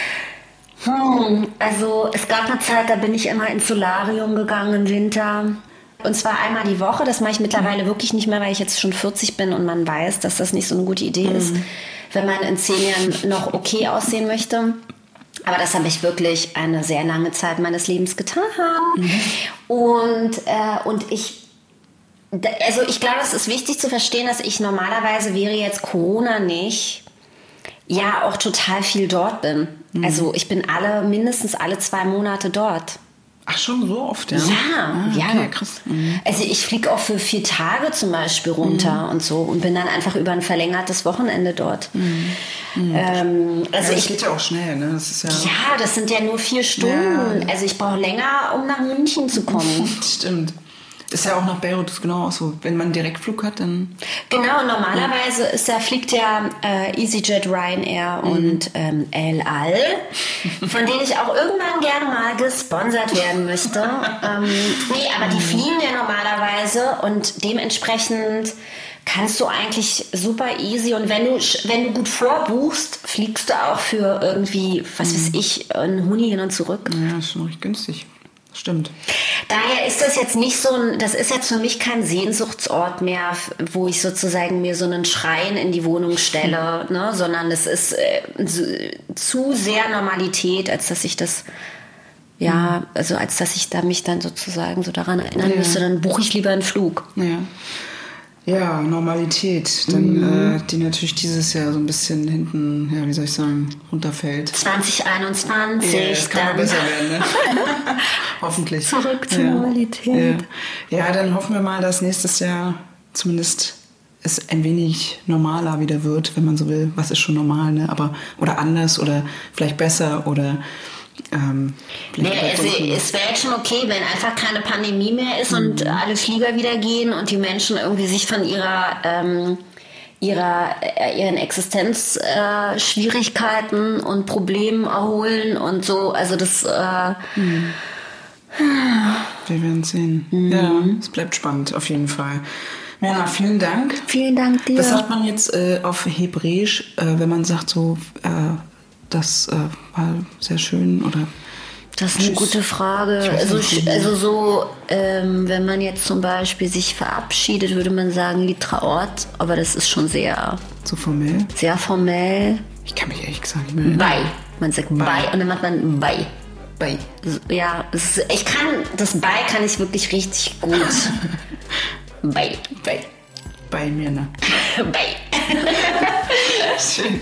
Hm, also es gab eine Zeit, da bin ich immer ins Solarium gegangen im Winter. Und zwar einmal die Woche. Das mache ich mittlerweile mhm. wirklich nicht mehr, weil ich jetzt schon vierzig bin und man weiß, dass das nicht so eine gute Idee mhm. ist, wenn man in zehn Jahren noch okay aussehen möchte. Aber das habe ich wirklich eine sehr lange Zeit meines Lebens getan. Mhm. Und, äh, und ich, also ich glaube, es ist wichtig zu verstehen, dass ich normalerweise, wäre jetzt Corona nicht, ja auch total viel dort bin. Mhm. Also ich bin alle, mindestens alle zwei Monate dort. Ach, schon so oft, ja? Ja, ah, okay, ja. Krass. Mhm. Also ich fliege auch für vier Tage zum Beispiel runter mhm. und so und bin dann einfach über ein verlängertes Wochenende dort. Mhm. Mhm. Ähm, also ja, das ich, geht ja auch schnell, ne? Das ist ja, ja, das sind ja nur vier Stunden. Ja. Also ich brauche länger, um nach München zu kommen. Stimmt. Ist ja auch nach Beirut ist genau auch so. Wenn man einen Direktflug hat, dann... Genau, normalerweise ist ja, fliegt ja äh, EasyJet, Ryanair mhm. und ähm, El Al, von denen ich auch irgendwann gerne mal gesponsert werden möchte. ähm, nee, aber die fliegen ja normalerweise und dementsprechend kannst du eigentlich super easy. Und wenn du, wenn du gut vorbuchst, fliegst du auch für irgendwie, was weiß ich, einen Huni hin und zurück. Ja, ist schon recht günstig. Stimmt. Daher ist das jetzt nicht so ein, das ist jetzt für mich kein Sehnsuchtsort mehr, wo ich sozusagen mir so einen Schrein in die Wohnung stelle, ne? Sondern es ist äh, zu sehr Normalität, als dass ich das, ja, also als dass ich da mich dann sozusagen so daran erinnern ja. müsste, dann buche ich lieber einen Flug. Ja. Ja, Normalität, dann, mhm. äh, die natürlich dieses Jahr so ein bisschen hinten, ja, wie soll ich sagen, runterfällt. zwanzig einundzwanzig, ja, das kann dann besser werden, ne? Hoffentlich. Zurück zur ja. Normalität. Ja. ja, dann hoffen wir mal, dass nächstes Jahr zumindest es ein wenig normaler wieder wird, wenn man so will. Was ist schon normal, ne? Aber, oder anders oder vielleicht besser oder Ähm, nee, es, es wäre jetzt schon okay, wenn einfach keine Pandemie mehr ist mhm. und alle Flieger wieder gehen und die Menschen irgendwie sich von ihrer, ähm, ihrer äh, ihren Existenzschwierigkeiten äh, und Problemen erholen und so. Also das äh, mhm. wir werden sehen. Mhm. Ja, es bleibt spannend auf jeden Fall. Mirna, vielen Dank. Vielen Dank dir. Was sagt man jetzt äh, auf Hebräisch, äh, wenn man sagt so äh, das äh, war sehr schön oder? Das ist eine Tschüss. Gute Frage. Also, also so, ähm, wenn man jetzt zum Beispiel sich verabschiedet, würde man sagen Litraort, aber das ist schon sehr... So formell? Sehr formell. Ich kann mich ehrlich gesagt nicht mehr erinnern. Bye. Man sagt Bye, bye und dann macht man Bye. Bye. Ja, das ist, ich kann, das Bye kann ich wirklich richtig gut. Bye. Bye. Bye, Mirna. Bye. Schön.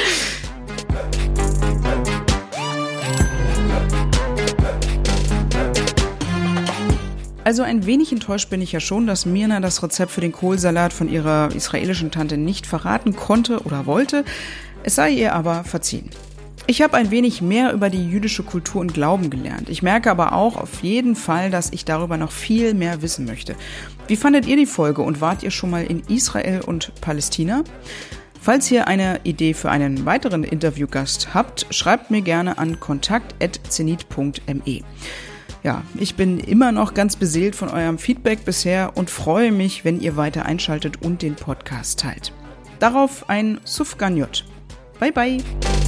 Also ein wenig enttäuscht bin ich ja schon, dass Mirna das Rezept für den Kohlsalat von ihrer israelischen Tante nicht verraten konnte oder wollte. Es sei ihr aber verziehen. Ich habe ein wenig mehr über die jüdische Kultur und Glauben gelernt. Ich merke aber auch auf jeden Fall, dass ich darüber noch viel mehr wissen möchte. Wie fandet ihr die Folge und wart ihr schon mal in Israel und Palästina? Falls ihr eine Idee für einen weiteren Interviewgast habt, schreibt mir gerne an kontakt at zenit punkt me. Ja, ich bin immer noch ganz beseelt von eurem Feedback bisher und freue mich, wenn ihr weiter einschaltet und den Podcast teilt. Darauf ein Sufganjot. Bye bye.